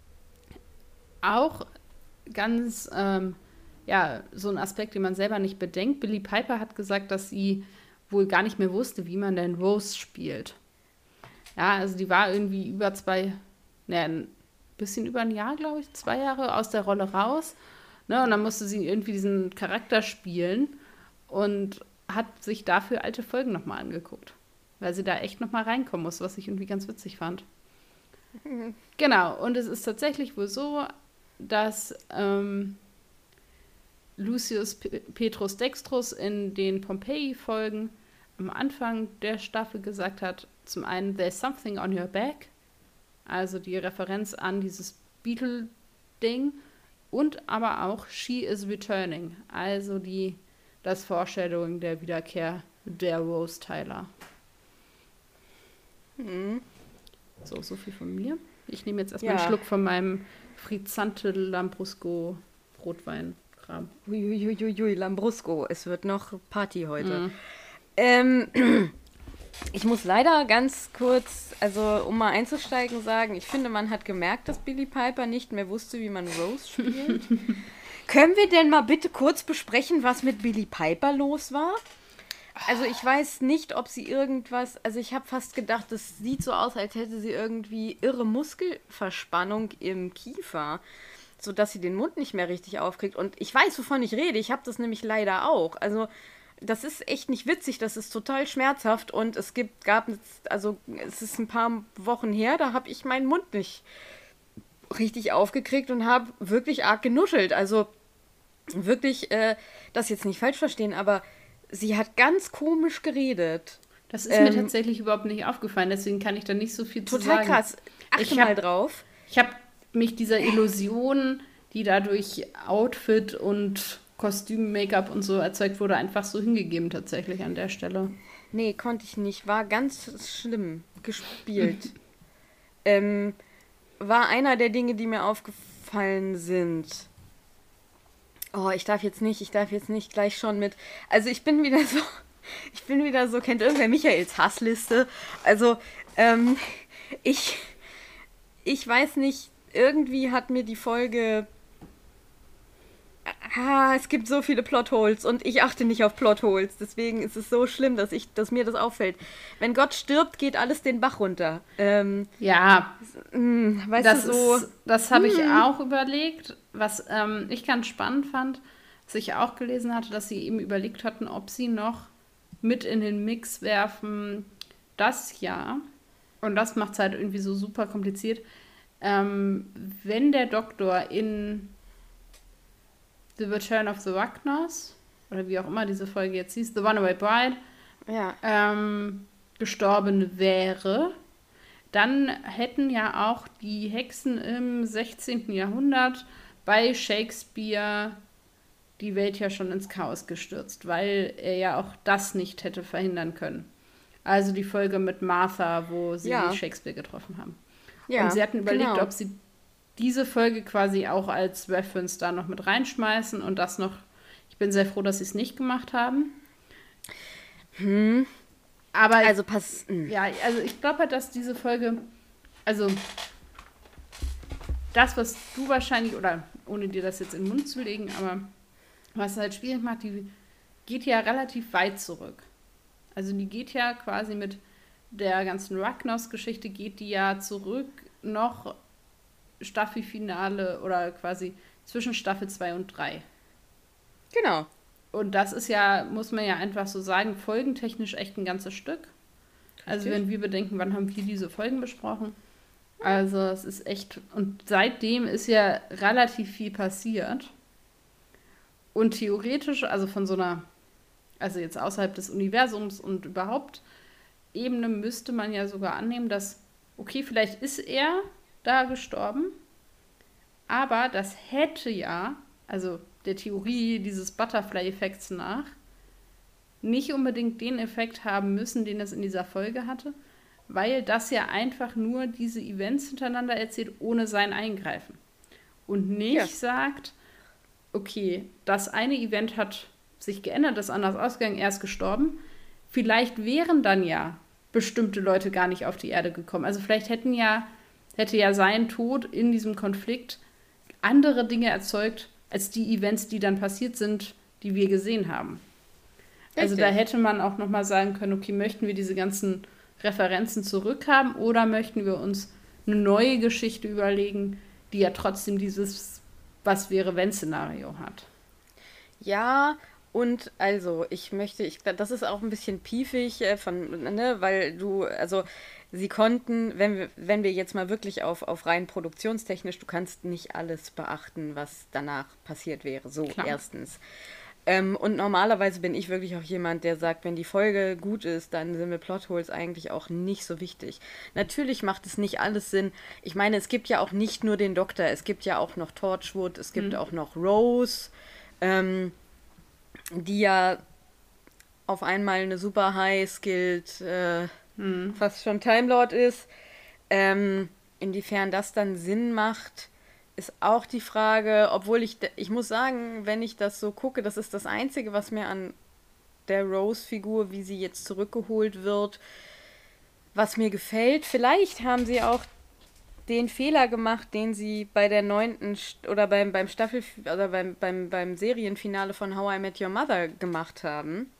Auch ganz, ähm, ja, so ein Aspekt, den man selber nicht bedenkt. Billie Piper hat gesagt, dass sie wohl gar nicht mehr wusste, wie man denn Rose spielt. Ja, also die war irgendwie über zwei, ne, ein bisschen über ein Jahr, glaube ich, zwei Jahre aus der Rolle raus. Ne, und dann musste sie irgendwie diesen Charakter spielen und hat sich dafür alte Folgen nochmal angeguckt. Weil sie da echt nochmal reinkommen muss, was ich irgendwie ganz witzig fand. Mhm. Genau, und es ist tatsächlich wohl so, dass ähm, Lucius P- Petrus Dextrus in den Pompeii-Folgen am Anfang der Staffel gesagt hat, zum einen, there's something on your back, also die Referenz an dieses Beatle-Ding, und aber auch she is returning, also die, das Foreshadowing der Wiederkehr der Rose Tyler. Mhm. So, so viel von mir. Ich nehme jetzt erstmal ja. einen Schluck von meinem Frizzante Lambrusco Rotweinkram. Uiuiuiui, Lambrusco, es wird noch Party heute. Mhm. Ähm, ich muss leider ganz kurz, also um mal einzusteigen, sagen, ich finde, man hat gemerkt, dass Billie Piper nicht mehr wusste, wie man Rose spielt. Können wir denn mal bitte kurz besprechen, was mit Billie Piper los war? Also ich weiß nicht, ob sie irgendwas, also ich habe fast gedacht, das sieht so aus, als hätte sie irgendwie irre Muskelverspannung im Kiefer, sodass sie den Mund nicht mehr richtig aufkriegt. Und ich weiß, wovon ich rede, ich habe das nämlich leider auch. Also das ist echt nicht witzig, das ist total schmerzhaft und es gibt, gab, also es ist ein paar Wochen her, da habe ich meinen Mund nicht richtig aufgekriegt und habe wirklich arg genuschelt. Also wirklich, äh, das jetzt nicht falsch verstehen, aber sie hat ganz komisch geredet. Das ist ähm, mir tatsächlich überhaupt nicht aufgefallen, deswegen kann ich da nicht so viel zu sagen. Total krass. Achte ich mal hab, drauf. Ich habe mich dieser Illusion, die dadurch Outfit und Kostüm, Make-up und so erzeugt wurde, einfach so hingegeben tatsächlich an der Stelle. Nee, konnte ich nicht. War ganz schlimm gespielt. ähm, war einer der Dinge, die mir aufgefallen sind. Oh, ich darf jetzt nicht, ich darf jetzt nicht gleich schon mit. Also ich bin wieder so, ich bin wieder so, kennt irgendwer Michaels Hassliste? Also, ähm, ich, ich weiß nicht, irgendwie hat mir die Folge, ah, es gibt so viele Plotholes und ich achte nicht auf Plotholes, deswegen ist es so schlimm, dass ich, dass mir das auffällt. Wenn Gott stirbt, geht alles den Bach runter. Ähm, ja, mh, weißt das du so. Ist, das habe ich auch überlegt. Was ähm, ich ganz spannend fand, was ich auch gelesen hatte, dass sie eben überlegt hatten, ob sie noch mit in den Mix werfen das Jahr. Und das macht es halt irgendwie so super kompliziert. Ähm, wenn der Doktor in The Return of the Wagners, oder wie auch immer diese Folge jetzt hieß, The Runaway Bride, ja. ähm, gestorben wäre, dann hätten ja auch die Hexen im sechzehnten Jahrhundert bei Shakespeare die Welt ja schon ins Chaos gestürzt, weil er ja auch das nicht hätte verhindern können. Also die Folge mit Martha, wo sie ja. Shakespeare getroffen haben. Ja, und sie hatten überlegt, genau. ob sie diese Folge quasi auch als Reference da noch mit reinschmeißen und das noch, ich bin sehr froh, dass sie es nicht gemacht haben. Hm. Aber also pass. Ja, also ich glaube halt, dass diese Folge, also das, was du wahrscheinlich, oder ohne dir das jetzt in den Mund zu legen, aber was halt schwierig macht, die geht ja relativ weit zurück. Also die geht ja quasi mit der ganzen Ragnos-Geschichte, geht die ja zurück noch Staffelfinale oder quasi zwischen Staffel zwei und drei. Genau. Und das ist ja, muss man ja einfach so sagen, folgentechnisch echt ein ganzes Stück. Richtig. Also wenn wir bedenken, wann haben wir diese Folgen besprochen? Also es ist echt, und seitdem ist ja relativ viel passiert. Und theoretisch, also von so einer, also jetzt außerhalb des Universums und überhaupt Ebene, müsste man ja sogar annehmen, dass, okay, vielleicht ist er da gestorben, aber das hätte ja, also der Theorie dieses Butterfly-Effekts nach, nicht unbedingt den Effekt haben müssen, den es in dieser Folge hatte, weil das ja einfach nur diese Events hintereinander erzählt, ohne sein Eingreifen. Und nicht ja. sagt, okay, das eine Event hat sich geändert, ist anders ausgegangen, er ist gestorben. Vielleicht wären dann ja bestimmte Leute gar nicht auf die Erde gekommen. Also vielleicht hätten ja, hätte ja sein Tod in diesem Konflikt andere Dinge erzeugt, als die Events, die dann passiert sind, die wir gesehen haben. Richtig. Also da hätte man auch nochmal sagen können, okay, möchten wir diese ganzen Referenzen zurückhaben oder möchten wir uns eine neue Geschichte überlegen, die ja trotzdem dieses Was-wäre-wenn-Szenario hat. Ja, und also ich möchte, ich, das ist auch ein bisschen piefig, äh, von, ne, weil du, also sie konnten, wenn wir, wenn wir jetzt mal wirklich auf, auf rein produktionstechnisch, du kannst nicht alles beachten, was danach passiert wäre. So, Klar. erstens. Ähm, und normalerweise bin ich wirklich auch jemand, der sagt, wenn die Folge gut ist, dann sind mir Plotholes eigentlich auch nicht so wichtig. Natürlich macht es nicht alles Sinn. Ich meine, es gibt ja auch nicht nur den Doktor, es gibt ja auch noch Torchwood, es gibt mhm. auch noch Rose, ähm, die ja auf einmal eine super high-skilled, äh, mhm. fast schon Time Lord ist. Ähm, inwiefern das dann Sinn macht, ist auch die Frage, obwohl ich, ich muss sagen, wenn ich das so gucke, das ist das Einzige, was mir an der Rose-Figur, wie sie jetzt zurückgeholt wird, was mir gefällt. Vielleicht haben sie auch den Fehler gemacht, den sie bei der neunten St- oder beim, beim Staffel- oder beim, beim, beim Serienfinale von How I Met Your Mother gemacht haben.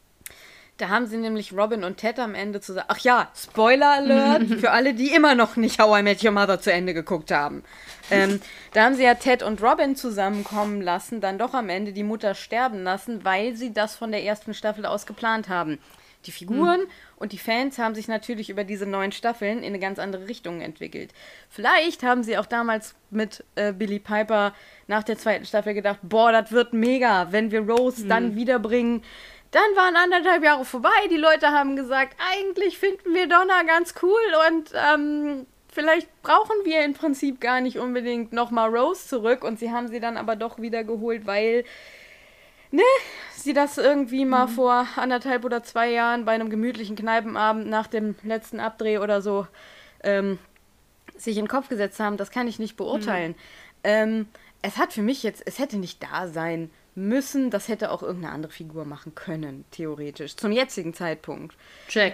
Da haben sie nämlich Robin und Ted am Ende zusammen... Ach ja, Spoiler Alert für alle, die immer noch nicht How I Met Your Mother zu Ende geguckt haben. Ähm, da haben sie ja Ted und Robin zusammenkommen lassen, dann doch am Ende die Mutter sterben lassen, weil sie das von der ersten Staffel aus geplant haben. Die Figuren hm. und die Fans haben sich natürlich über diese neuen Staffeln in eine ganz andere Richtung entwickelt. Vielleicht haben sie auch damals mit äh, Billie Piper nach der zweiten Staffel gedacht, boah, das wird mega, wenn wir Rose hm. dann wiederbringen. Dann waren anderthalb Jahre vorbei, die Leute haben gesagt, eigentlich finden wir Donna ganz cool und ähm, vielleicht brauchen wir im Prinzip gar nicht unbedingt nochmal Rose zurück und sie haben sie dann aber doch wieder geholt, weil ne, sie das irgendwie mal mhm. vor anderthalb oder zwei Jahren bei einem gemütlichen Kneipenabend nach dem letzten Abdreh oder so ähm, sich in den Kopf gesetzt haben, das kann ich nicht beurteilen. Mhm. Ähm, es hat für mich jetzt, es hätte nicht da sein müssen, das hätte auch irgendeine andere Figur machen können, theoretisch, zum jetzigen Zeitpunkt. Jack.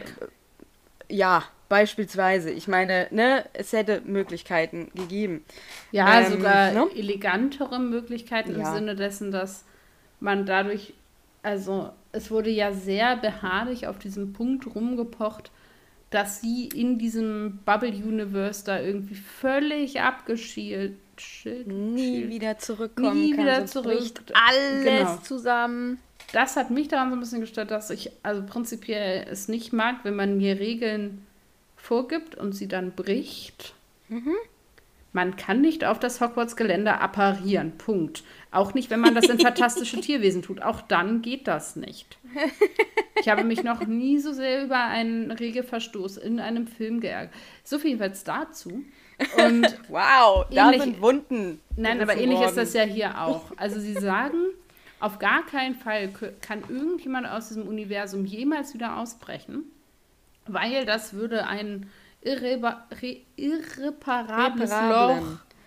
Ja, beispielsweise. Ich meine, ne, es hätte Möglichkeiten gegeben. Ja, ähm, sogar ne? elegantere Möglichkeiten ja. im Sinne dessen, dass man dadurch, also es wurde ja sehr beharrlich auf diesen Punkt rumgepocht, dass sie in diesem Bubble-Universe da irgendwie völlig abgeschielt Schild, nie Schild. wieder zurückkommen nie kann, wieder so zurück. bricht alles genau. zusammen. Das hat mich daran so ein bisschen gestört, dass ich also prinzipiell es nicht mag, wenn man mir Regeln vorgibt und sie dann bricht. Mhm. Man kann nicht auf das Hogwarts-Gelände apparieren, Punkt. Auch nicht, wenn man das in Fantastische Tierwesen tut. Auch dann geht das nicht. Ich habe mich noch nie so sehr über einen Regelverstoß in einem Film geärgert. So viel jedenfalls dazu. Und wow, da ähnlich, sind Wunden. Nein, aber ähnlich worden. Ist das ja hier auch. Also sie sagen, auf gar keinen Fall kann irgendjemand aus diesem Universum jemals wieder ausbrechen, weil das würde ein irrepa- re- irreparables Loch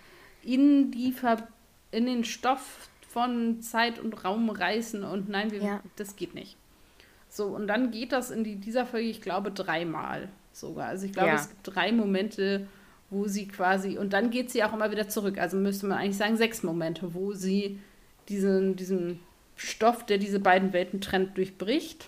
in, die Ver- in den Stoff von Zeit und Raum reißen und nein, wir, ja. das geht nicht. So, und dann geht das in die, dieser Folge, ich glaube, dreimal sogar. Also ich glaube, ja. es gibt drei Momente, wo sie quasi, und dann geht sie auch immer wieder zurück. Also müsste man eigentlich sagen, sechs Momente, wo sie diesen, diesen Stoff, der diese beiden Welten trennt, durchbricht.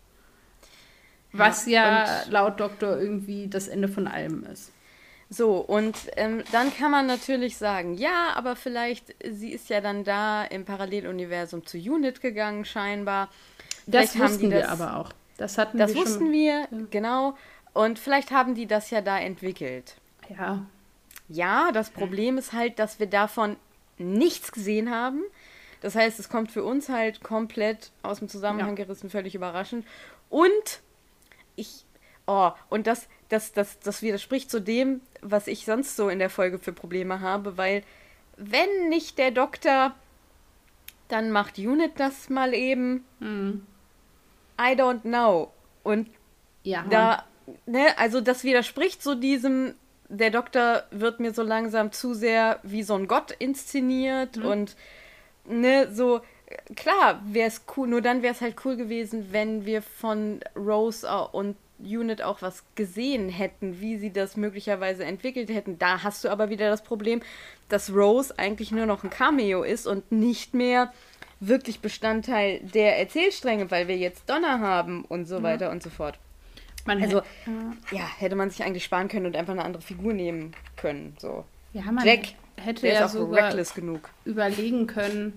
Was ja, ja laut Doktor irgendwie das Ende von allem ist. So, und ähm, dann kann man natürlich sagen, ja, aber vielleicht, sie ist ja dann da im Paralleluniversum zu Unit gegangen, scheinbar. Das vielleicht wussten haben die das, wir aber auch. Das hatten das wir wussten schon. wir, ja. genau. Und vielleicht haben die das ja da entwickelt. Ja. Ja, das Problem ist halt, dass wir davon nichts gesehen haben. Das heißt, es kommt für uns halt komplett aus dem Zusammenhang ja. gerissen, völlig überraschend. Und ich, oh, und das, das, das, das widerspricht zu dem, was ich sonst so in der Folge für Probleme habe, weil wenn nicht der Doktor, dann macht Unit das mal eben. Mhm. I don't know. Und ja, da, ne, also das widerspricht so diesem, der Doktor wird mir so langsam zu sehr wie so ein Gott inszeniert mhm. und ne, so, klar wäre es cool, nur dann wäre es halt cool gewesen, wenn wir von Rose und Unit auch was gesehen hätten, wie sie das möglicherweise entwickelt hätten. Da hast du aber wieder das Problem, dass Rose eigentlich nur noch ein Cameo ist und nicht mehr wirklich Bestandteil der Erzählstränge, weil wir jetzt Donna haben und so weiter ja. und so fort. Man also, hätte, ja, hätte man sich eigentlich sparen können und einfach eine andere Figur nehmen können. So. Ja, man Jack hätte ja sogar reckless genug. Überlegen können,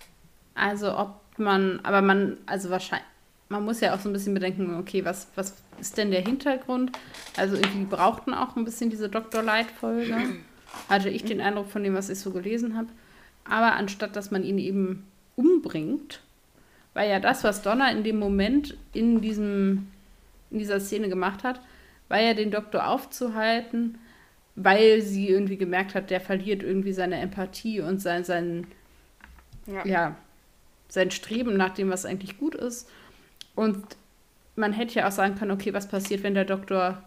also ob man, aber man, also wahrscheinlich, man muss ja auch so ein bisschen bedenken, okay, was, was ist denn der Hintergrund? Also irgendwie brauchten auch ein bisschen diese Doktor Light-Folge. Hatte ich den Eindruck von dem, was ich so gelesen habe. Aber anstatt, dass man ihn eben umbringt, weil ja das, was Donna in dem Moment in diesem, in dieser Szene gemacht hat, war ja den Doktor aufzuhalten, weil sie irgendwie gemerkt hat, der verliert irgendwie seine Empathie und sein, sein, ja. Ja, sein Streben nach dem, was eigentlich gut ist. Und man hätte ja auch sagen können, okay, was passiert, wenn der Doktor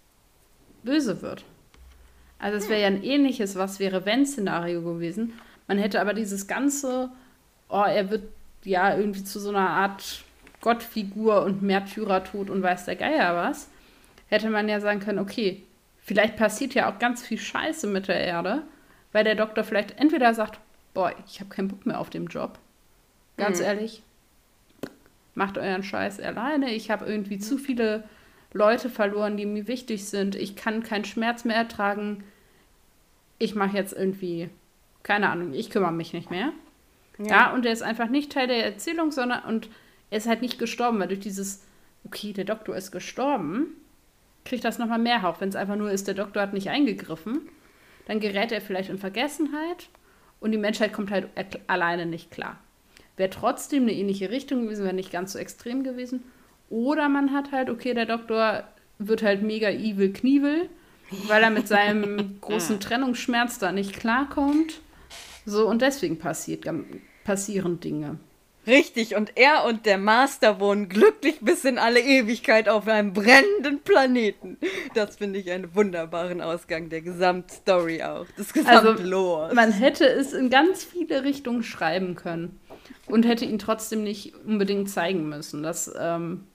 böse wird? Also es wäre ja ein ähnliches Was-wäre-wenn-Szenario gewesen. Man hätte aber dieses ganze, oh, er wird ja irgendwie zu so einer Art Gottfigur und Märtyrertod und weiß der Geier was, hätte man ja sagen können, okay, vielleicht passiert ja auch ganz viel Scheiße mit der Erde, weil der Doktor vielleicht entweder sagt, boah, ich habe keinen Bock mehr auf den Job. Ganz mhm. ehrlich, macht euren Scheiß alleine. Ich habe irgendwie zu viele Leute verloren, die mir wichtig sind. Ich kann keinen Schmerz mehr ertragen. Ich mache jetzt irgendwie, keine Ahnung, ich kümmere mich nicht mehr. Ja. ja, und er ist einfach nicht Teil der Erzählung, sondern, und er ist halt nicht gestorben, weil durch dieses, okay, der Doktor ist gestorben, kriegt das nochmal mehr Hauch. Wenn es einfach nur ist, der Doktor hat nicht eingegriffen, dann gerät er vielleicht in Vergessenheit und die Menschheit kommt halt alleine nicht klar. Wäre trotzdem eine ähnliche Richtung gewesen, wäre nicht ganz so extrem gewesen. Oder man hat halt, okay, der Doktor wird halt mega evil Knievel, weil er mit seinem großen Trennungsschmerz da nicht klarkommt. So, und deswegen passiert, passieren Dinge. Richtig, und er und der Master wohnen glücklich bis in alle Ewigkeit auf einem brennenden Planeten. Das finde ich einen wunderbaren Ausgang der Gesamtstory auch, des Gesamtlores. Also, man hätte es in ganz viele Richtungen schreiben können und hätte ihn trotzdem nicht unbedingt zeigen müssen. Das, ähm,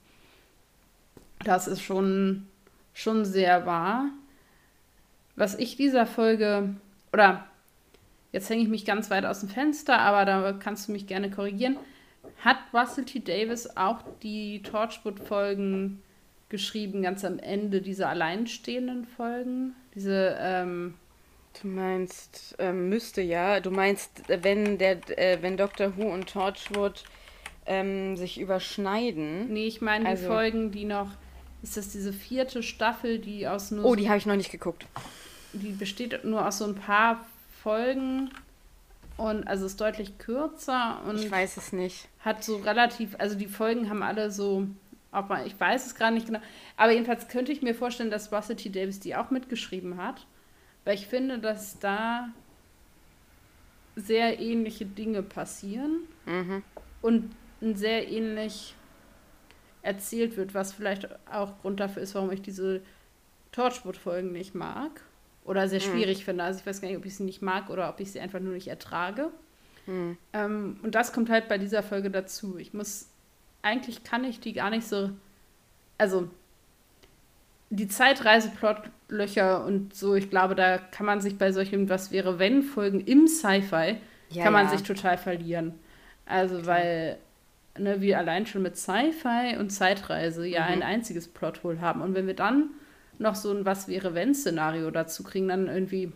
das ist schon, schon sehr wahr. Was ich dieser Folge, oder jetzt hänge ich mich ganz weit aus dem Fenster, aber da kannst du mich gerne korrigieren. Hat Russell T. Davies auch die Torchwood-Folgen geschrieben, ganz am Ende, diese alleinstehenden Folgen? Diese, ähm... Du meinst, ähm, müsste ja. Du meinst, wenn der, äh, wenn Doctor Who und Torchwood ähm, sich überschneiden? Nee, ich meine also, die Folgen, die noch... Ist das diese vierte Staffel, die aus nur... Oh, die habe ich noch nicht geguckt. Die besteht nur aus so ein paar Folgen... Und also ist deutlich kürzer und ich weiß es nicht. Hat so relativ, also die Folgen haben alle so, ob man, ich weiß es gerade nicht genau, aber jedenfalls könnte ich mir vorstellen, dass Russell T. Davies die auch mitgeschrieben hat, weil ich finde, dass da sehr ähnliche Dinge passieren mhm. und sehr ähnlich erzählt wird, was vielleicht auch Grund dafür ist, warum ich diese Torchwood-Folgen nicht mag. Oder sehr schwierig mhm. finde. Also ich weiß gar nicht, ob ich sie nicht mag oder ob ich sie einfach nur nicht ertrage. Mhm. Ähm, und das kommt halt bei dieser Folge dazu. Ich muss, eigentlich kann ich die gar nicht so, also die Zeitreise-Plotlöcher und so, ich glaube, da kann man sich bei solchen Was-wäre-wenn-Folgen im Sci-Fi, ja, kann man ja. sich total verlieren. Also okay. weil ne, wir allein schon mit Sci-Fi und Zeitreise ja mhm. ein einziges Plothole haben. Und wenn wir dann noch so ein Was-wäre-wenn-Szenario dazu kriegen, dann irgendwie...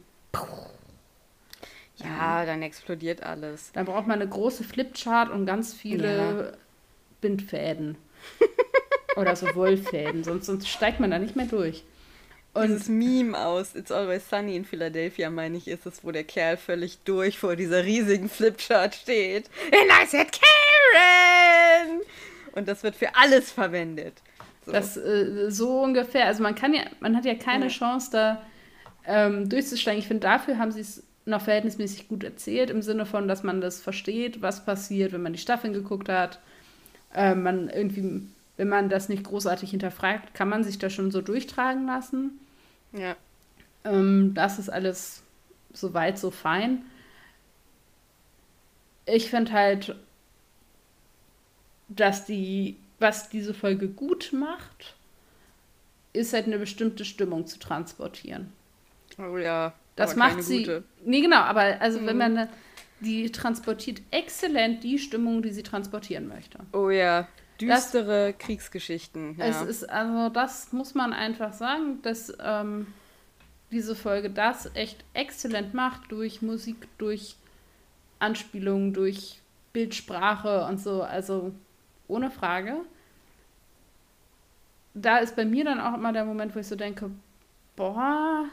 Ja, ja, dann explodiert alles. Dann braucht man eine große Flipchart und ganz viele ja. Bindfäden. Oder so Wollfäden, sonst, sonst steigt man da nicht mehr durch. Und dieses Meme aus It's Always Sunny in Philadelphia, meine ich, ist es, wo der Kerl völlig durch vor dieser riesigen Flipchart steht. And I said, Karen! Und das wird für alles verwendet. So. Das äh, so ungefähr. Also man kann ja, man hat ja keine ja. Chance, da ähm, durchzusteigen. Ich finde, dafür haben sie es noch verhältnismäßig gut erzählt, im Sinne von, dass man das versteht, was passiert, wenn man die Staffeln geguckt hat. Äh, man irgendwie, wenn man das nicht großartig hinterfragt, kann man sich da schon so durchtragen lassen. Ja. Ähm, das ist alles soweit so fein. ich finde halt, dass die, was diese Folge gut macht, ist halt eine bestimmte Stimmung zu transportieren. Oh ja, das aber macht keine sie. Gute. Nee, genau, aber also Mhm. wenn man die transportiert exzellent die Stimmung, die sie transportieren möchte. Oh ja, düstere das, Kriegsgeschichten. Ja. Es ist, also das muss man einfach sagen, dass ähm, diese Folge das echt exzellent macht, durch Musik, durch Anspielungen, durch Bildsprache und so, also ohne Frage. Da ist bei mir dann auch immer der Moment, wo ich so denke, boah,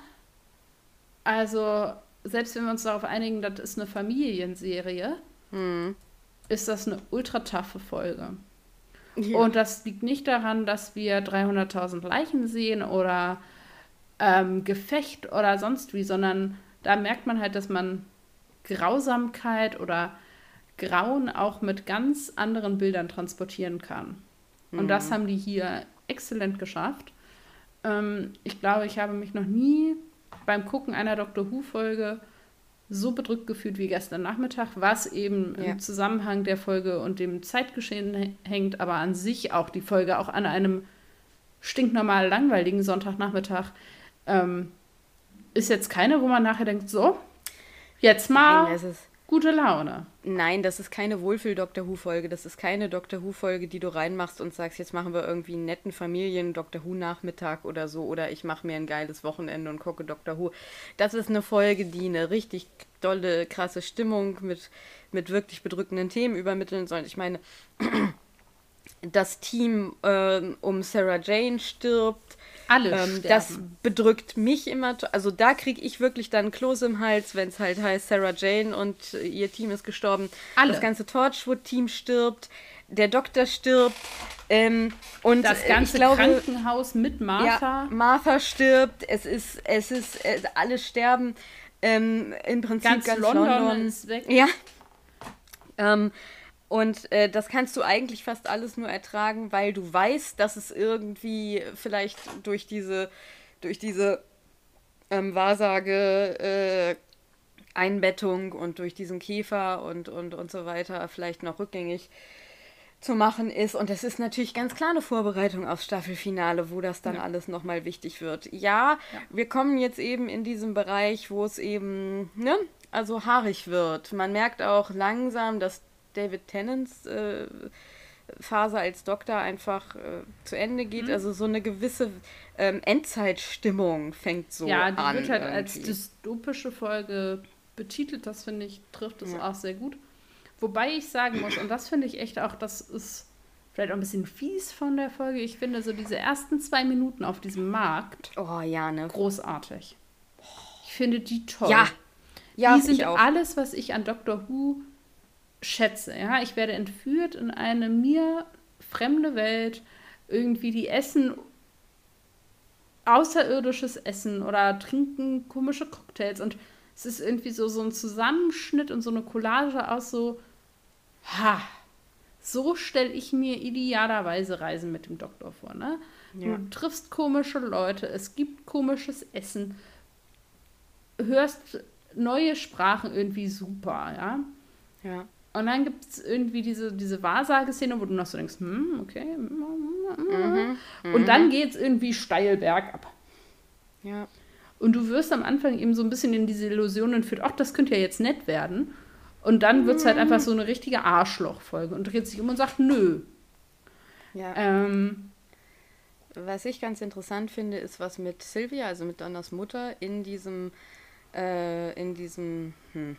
also selbst wenn wir uns darauf einigen, das ist eine Familienserie, hm. ist das eine ultra taffe Folge. Ja. Und das liegt nicht daran, dass wir dreihunderttausend Leichen sehen oder ähm, Gefecht oder sonst wie, sondern da merkt man halt, dass man Grausamkeit oder Grauen auch mit ganz anderen Bildern transportieren kann. Hm. Und das haben die hier exzellent geschafft. Ähm, ich glaube, ich habe mich noch nie beim Gucken einer Doctor Who-Folge so bedrückt gefühlt wie gestern Nachmittag, was eben ja. im Zusammenhang der Folge und dem Zeitgeschehen hängt, aber an sich auch die Folge auch an einem stinknormal langweiligen Sonntagnachmittag ähm, ist jetzt keine, wo man nachher denkt, so, jetzt mal Nein, das ist, gute Laune. Nein, das ist keine Wohlfühl-Doctor Who-Folge, das ist keine Doctor Who-Folge, die du reinmachst und sagst, jetzt machen wir irgendwie einen netten Familien-Doctor Who-Nachmittag oder so, oder ich mache mir ein geiles Wochenende und gucke Doctor Who. Das ist eine Folge, die eine richtig dolle, krasse Stimmung mit, mit wirklich bedrückenden Themen übermitteln soll. Ich meine, das Team äh, um Sarah Jane stirbt. Alle ähm, das bedrückt mich immer, also da kriege ich wirklich dann Kloß im Hals, wenn es halt heißt, Sarah Jane und äh, ihr Team ist gestorben. Alle. Das ganze Torchwood-Team stirbt, der Doktor stirbt ähm, und das ganze ich glaube, Krankenhaus mit Martha. Ja, Martha stirbt, es ist, es ist, äh, alle sterben, ähm, im Prinzip ganz, ganz London, London ist weg. Ja. Ähm, Und äh, das kannst du eigentlich fast alles nur ertragen, weil du weißt, dass es irgendwie vielleicht durch diese, durch diese ähm, Wahrsage, äh, Einbettung und durch diesen Käfer und, und, und so weiter vielleicht noch rückgängig zu machen ist. Und das ist natürlich ganz klar eine Vorbereitung aufs Staffelfinale, wo das dann ja. alles nochmal wichtig wird. Ja, ja, wir kommen jetzt eben in diesem Bereich, wo es eben, ne, also haarig wird. Man merkt auch langsam, dass David Tennants äh, Phase als Doktor einfach äh, zu Ende geht. Mhm. Also so eine gewisse ähm, Endzeitstimmung fängt so ja, die an. wird halt irgendwie. als dystopische Folge betitelt. Das finde ich, trifft es ja. auch sehr gut. Wobei ich sagen muss, und das finde ich echt auch, das ist vielleicht auch ein bisschen fies von der Folge, ich finde so diese ersten zwei Minuten auf diesem Markt oh, ja, ne? großartig. Ich finde die toll. Ja, ja die sind alles, was ich an Doctor Who schätze. Ja? Ich werde entführt in eine mir fremde Welt, irgendwie die essen außerirdisches Essen oder trinken komische Cocktails und es ist irgendwie so, so ein Zusammenschnitt und so eine Collage aus so, ha, so stelle ich mir idealerweise Reisen mit dem Doktor vor. Ne? Ja. Du triffst komische Leute, es gibt komisches Essen, hörst neue Sprachen irgendwie super, ja. Ja. Und dann gibt es irgendwie diese, diese Wahrsageszene, wo du noch so denkst, hm, okay. Mhm, und dann geht es irgendwie steil bergab. Ja. Und du wirst am Anfang eben so ein bisschen in diese Illusion entführt, ach, das könnte ja jetzt nett werden. Und dann wird es halt einfach so eine richtige Arschlochfolge und dreht sich um und sagt, nö. Ja. Ähm, was ich ganz interessant finde, ist, was mit Sylvia, also mit Donnas Mutter, in diesem, äh, in diesem, hm,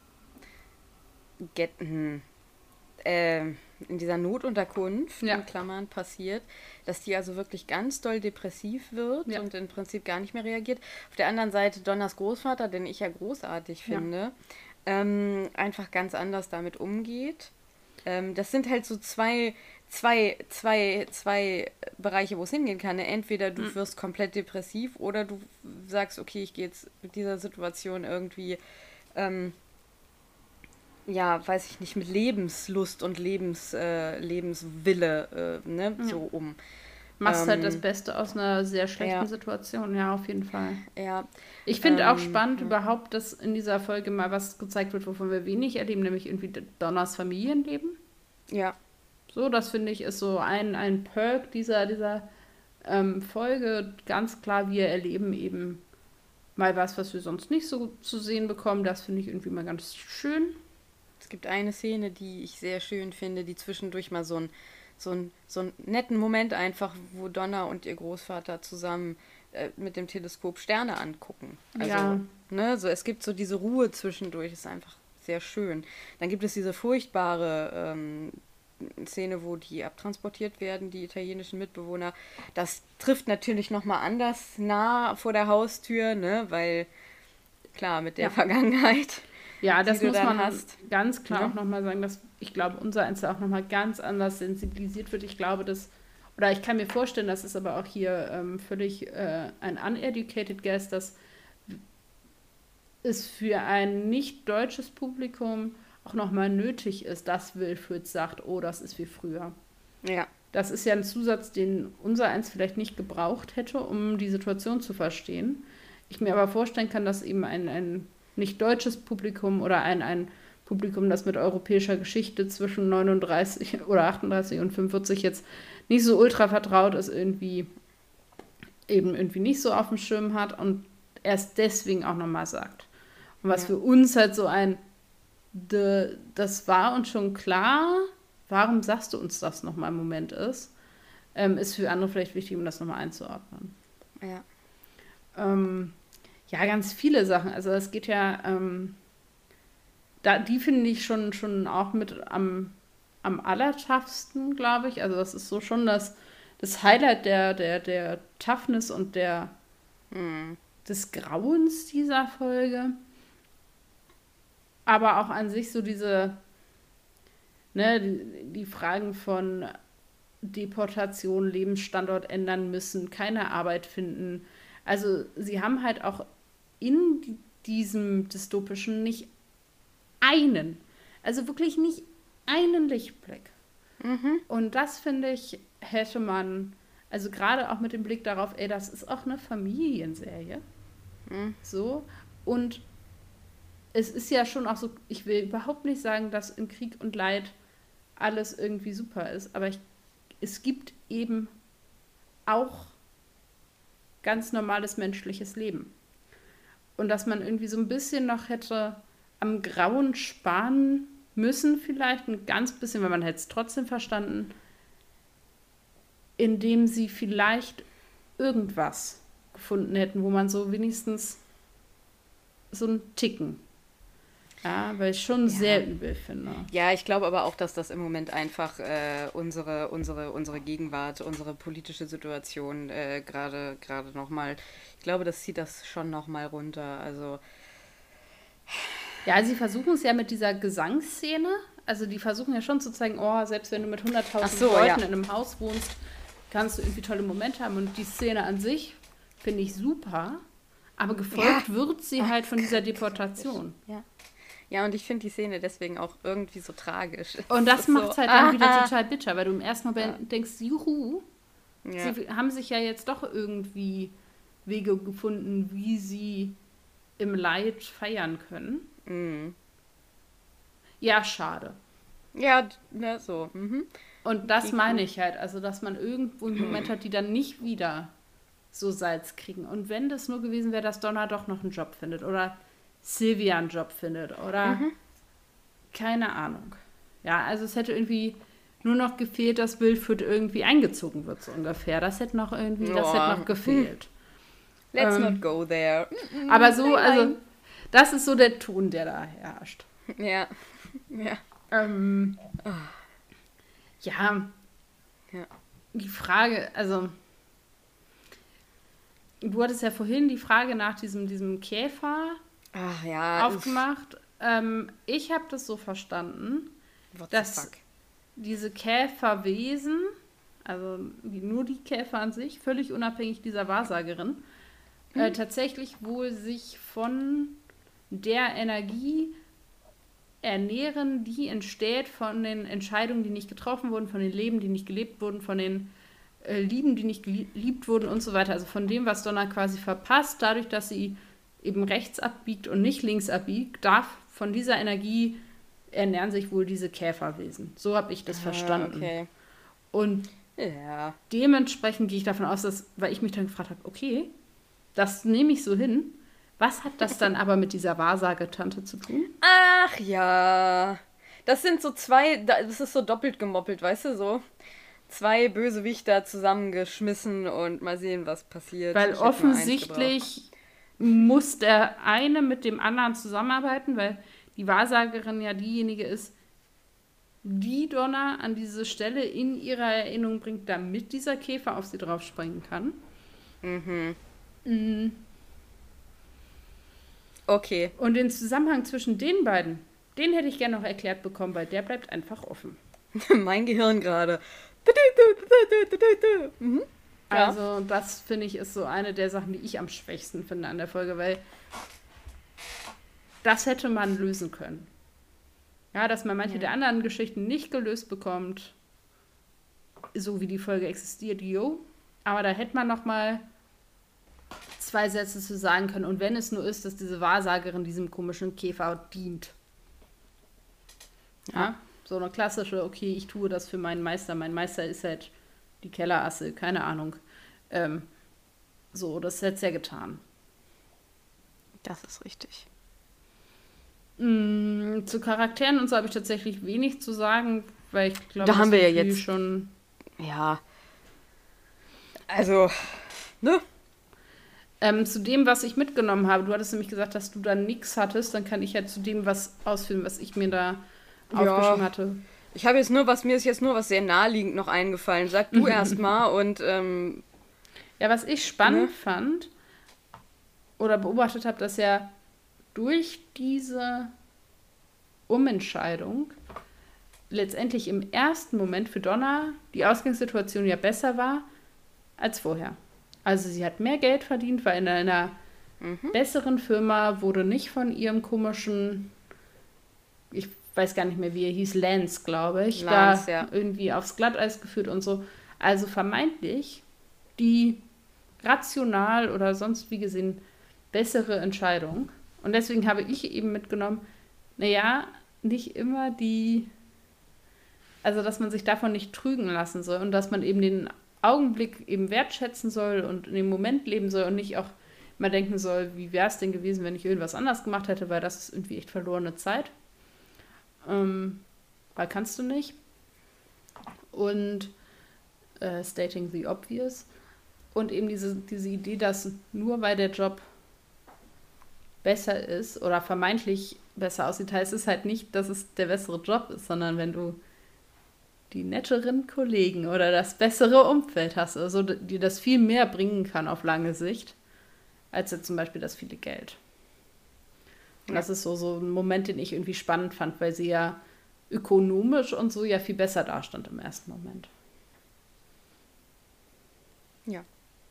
Get, hm, äh, in dieser Notunterkunft, ja. in Klammern, passiert, dass die also wirklich ganz doll depressiv wird ja. und im Prinzip gar nicht mehr reagiert. Auf der anderen Seite Donnas Großvater, den ich ja großartig finde, ja. ähm, einfach ganz anders damit umgeht. Ähm, das sind halt so zwei, zwei, zwei, zwei Bereiche, wo es hingehen kann. Entweder du mhm. wirst komplett depressiv oder du sagst, okay, ich gehe jetzt mit dieser Situation irgendwie ähm, ja, weiß ich nicht, mit Lebenslust und Lebens, äh, Lebenswille äh, ne, ja. so um. Machst ähm, halt das Beste aus einer sehr schlechten ja. Situation, ja, auf jeden Fall. Ja. Ich finde ähm, auch spannend ja. überhaupt, dass in dieser Folge mal was gezeigt wird, wovon wir wenig erleben, nämlich irgendwie Donners Familienleben. Ja. So, das finde ich ist so ein, ein Perk dieser, dieser ähm, Folge. Ganz klar, wir erleben eben mal was, was wir sonst nicht so zu sehen bekommen. Das finde ich irgendwie mal ganz schön. Es gibt eine Szene, die ich sehr schön finde, die zwischendurch mal so ein so einen so einen netten Moment einfach, wo Donna und ihr Großvater zusammen äh, mit dem Teleskop Sterne angucken. Also, Ja. ne, so es gibt so diese Ruhe zwischendurch, ist einfach sehr schön. Dann gibt es diese furchtbare ähm, Szene, wo die abtransportiert werden, die italienischen Mitbewohner. Das trifft natürlich nochmal anders nah vor der Haustür, ne, weil klar, mit der Ja. Vergangenheit. Ja, die das du muss dann man hast. ganz klar Ja. auch nochmal sagen, dass ich glaube, unser Einzel auch nochmal ganz anders sensibilisiert wird. Ich glaube, dass, oder ich kann mir vorstellen, das ist aber auch hier ähm, völlig äh, ein uneducated guess, dass es für ein nicht deutsches Publikum auch nochmal nötig ist, dass Wilfried sagt, oh, das ist wie früher. Ja. Das ist ja ein Zusatz, den unser Eins vielleicht nicht gebraucht hätte, um die Situation zu verstehen. Ich mir aber vorstellen kann, dass eben ein, ein nicht deutsches Publikum oder ein, ein Publikum, das mit europäischer Geschichte zwischen neununddreißig oder achtunddreißig und fünfundvierzig jetzt nicht so ultra vertraut ist, irgendwie eben irgendwie nicht so auf dem Schirm hat und erst deswegen auch nochmal sagt. Und was Ja. für uns halt so ein, de, das war uns schon klar, warum sagst du uns das nochmal im Moment ist, ähm, ist für andere vielleicht wichtig, um das nochmal einzuordnen. Ja. Ähm, ja, ganz viele Sachen. Also es geht ja, ähm, da, die finde ich schon, schon auch mit am, am allertoughsten, glaube ich. Also das ist so schon das, das Highlight der, der, der Toughness und der, Hm. des Grauens dieser Folge. Aber auch an sich so diese, ne, die, die Fragen von Deportation, Lebensstandort ändern müssen, keine Arbeit finden. Also sie haben halt auch in die- diesem dystopischen nicht einen, also wirklich nicht einen Lichtblick. Mhm. Und das, finde ich, hätte man, also gerade auch mit dem Blick darauf, ey, das ist auch eine Familienserie. Mhm. So. Und es ist ja schon auch so, ich will überhaupt nicht sagen, dass in Krieg und Leid alles irgendwie super ist, aber ich, es gibt eben auch ganz normales menschliches Leben. Und dass man irgendwie so ein bisschen noch hätte am Grauen sparen müssen, vielleicht ein ganz bisschen, weil man hätte es trotzdem verstanden, indem sie vielleicht irgendwas gefunden hätten, wo man so wenigstens so einen Ticken. Ja, weil ich schon Ja. sehr übel finde. Ja, ich glaube aber auch, dass das im Moment einfach äh, unsere, unsere, unsere Gegenwart, unsere politische Situation äh, gerade gerade nochmal, ich glaube, das zieht das schon nochmal runter. Also, Ja, sie versuchen es ja mit dieser Gesangsszene. Also die versuchen ja schon zu zeigen, oh, selbst wenn du mit hunderttausend Ach so, Leuten ja. in einem Haus wohnst, kannst du irgendwie tolle Momente haben. Und die Szene an sich finde ich super. Aber gefolgt wird sie halt von dieser Deportation. ja. Ja, und ich finde die Szene deswegen auch irgendwie so tragisch. Und das ist macht es so, halt dann ah, wieder total bitter, weil du im ersten Moment Ja. denkst, juhu, Ja. sie haben sich ja jetzt doch irgendwie Wege gefunden, wie sie im Leid feiern können. Mhm. Ja, schade. Ja, ne, so. Mhm. Und das Die- meine ich halt, also dass man irgendwo einen Moment hat, die dann nicht wieder so Salz kriegen. Und wenn das nur gewesen wäre, dass Donna doch noch einen Job findet oder Sylvia einen Job findet oder keine Ahnung. Ja, also es hätte irgendwie nur noch gefehlt, dass Wilfried irgendwie eingezogen wird, so ungefähr. Das hätte noch irgendwie, das Ja. hätte noch gefehlt. Let's Ähm, not go there. Aber so, nein, also nein. das ist so der Ton, der da herrscht. Ja. Ja. Ähm, ja, Ja. die Frage, also du hattest ja vorhin die Frage nach diesem, diesem Käfer Ach ja. aufgemacht. Ähm, ich habe das so verstanden, uff, what dass the fuck. diese Käferwesen, also die, nur die Käfer an sich, völlig unabhängig dieser Wahrsagerin, äh, tatsächlich wohl sich von der Energie ernähren, die entsteht von den Entscheidungen, die nicht getroffen wurden, von den Leben, die nicht gelebt wurden, von den äh, lieben, die nicht geliebt wurden und so weiter. Also von dem, was Donna quasi verpasst, dadurch, dass sie eben rechts abbiegt und nicht links abbiegt, darf von dieser Energie ernähren sich wohl diese Käferwesen. So habe ich das ah, verstanden. Okay. Und ja. dementsprechend gehe ich davon aus, dass, weil ich mich dann gefragt habe, okay, das nehme ich so hin. Was hat das dann aber mit dieser Wahrsagetante zu tun? Ach ja. Das sind so zwei, das ist so doppelt gemoppelt, weißt du, so. Zwei Bösewichter zusammengeschmissen und mal sehen, was passiert. Weil offensichtlich muss der eine mit dem anderen zusammenarbeiten, weil die Wahrsagerin ja diejenige ist, die Donna an diese Stelle in ihrer Erinnerung bringt, damit dieser Käfer auf sie drauf springen kann. Mhm. Mhm. Okay. Und den Zusammenhang zwischen den beiden, den hätte ich gerne noch erklärt bekommen, weil der bleibt einfach offen. Mein Gehirn gerade. Mhm. Ja. Also das, finde ich, ist so eine der Sachen, die ich am schwächsten finde an der Folge, weil das hätte man lösen können. Ja, dass man manche ja. der anderen Geschichten nicht gelöst bekommt, so wie die Folge existiert, yo. Aber da hätte man noch mal zwei Sätze zu sagen können. Und wenn es nur ist, dass diese Wahrsagerin diesem komischen Käfer dient. Ja, ja. So eine klassische, okay, ich tue das für meinen Meister. Mein Meister ist halt die Kellerasse, keine Ahnung. Ähm, so, das hätte es ja getan. Das ist richtig. Mm, zu Charakteren und so habe ich tatsächlich wenig zu sagen, weil ich glaube, da haben wir ja jetzt schon. Ja. Also, ne? Ähm, zu dem, was ich mitgenommen habe, du hattest nämlich gesagt, dass du da nichts hattest, dann kann ich ja zu dem was ausführen, was ich mir da ja. aufgeschrieben hatte. Ich habe jetzt nur was, mir ist jetzt nur was sehr naheliegend noch eingefallen. Sag du erst mal und ähm, ja, was ich spannend ne? fand oder beobachtet habe, dass ja durch diese Umentscheidung letztendlich im ersten Moment für Donna die Ausgangssituation ja besser war als vorher. Also sie hat mehr Geld verdient, war in einer mhm. besseren Firma, wurde nicht von ihrem komischen, ich weiß gar nicht mehr, wie er hieß, Lance, glaube ich, Lance, da ja. irgendwie aufs Glatteis geführt und so. Also vermeintlich die rational oder sonst wie gesehen bessere Entscheidung. Und deswegen habe ich eben mitgenommen, naja, nicht immer die, also dass man sich davon nicht trügen lassen soll und dass man eben den Augenblick eben wertschätzen soll und in dem Moment leben soll und nicht auch mal denken soll, wie wäre es denn gewesen, wenn ich irgendwas anders gemacht hätte, weil das ist irgendwie echt verlorene Zeit. Ähm, weil kannst du nicht. Und äh, stating the obvious. Und eben diese, diese Idee, dass nur weil der Job besser ist oder vermeintlich besser aussieht, heißt es halt nicht, dass es der bessere Job ist, sondern wenn du die netteren Kollegen oder das bessere Umfeld hast, also die das viel mehr bringen kann auf lange Sicht, als jetzt zum Beispiel das viele Geld. Und ja. das ist so, so ein Moment, den ich irgendwie spannend fand, weil sie ja ökonomisch und so ja viel besser dastand im ersten Moment. Ja.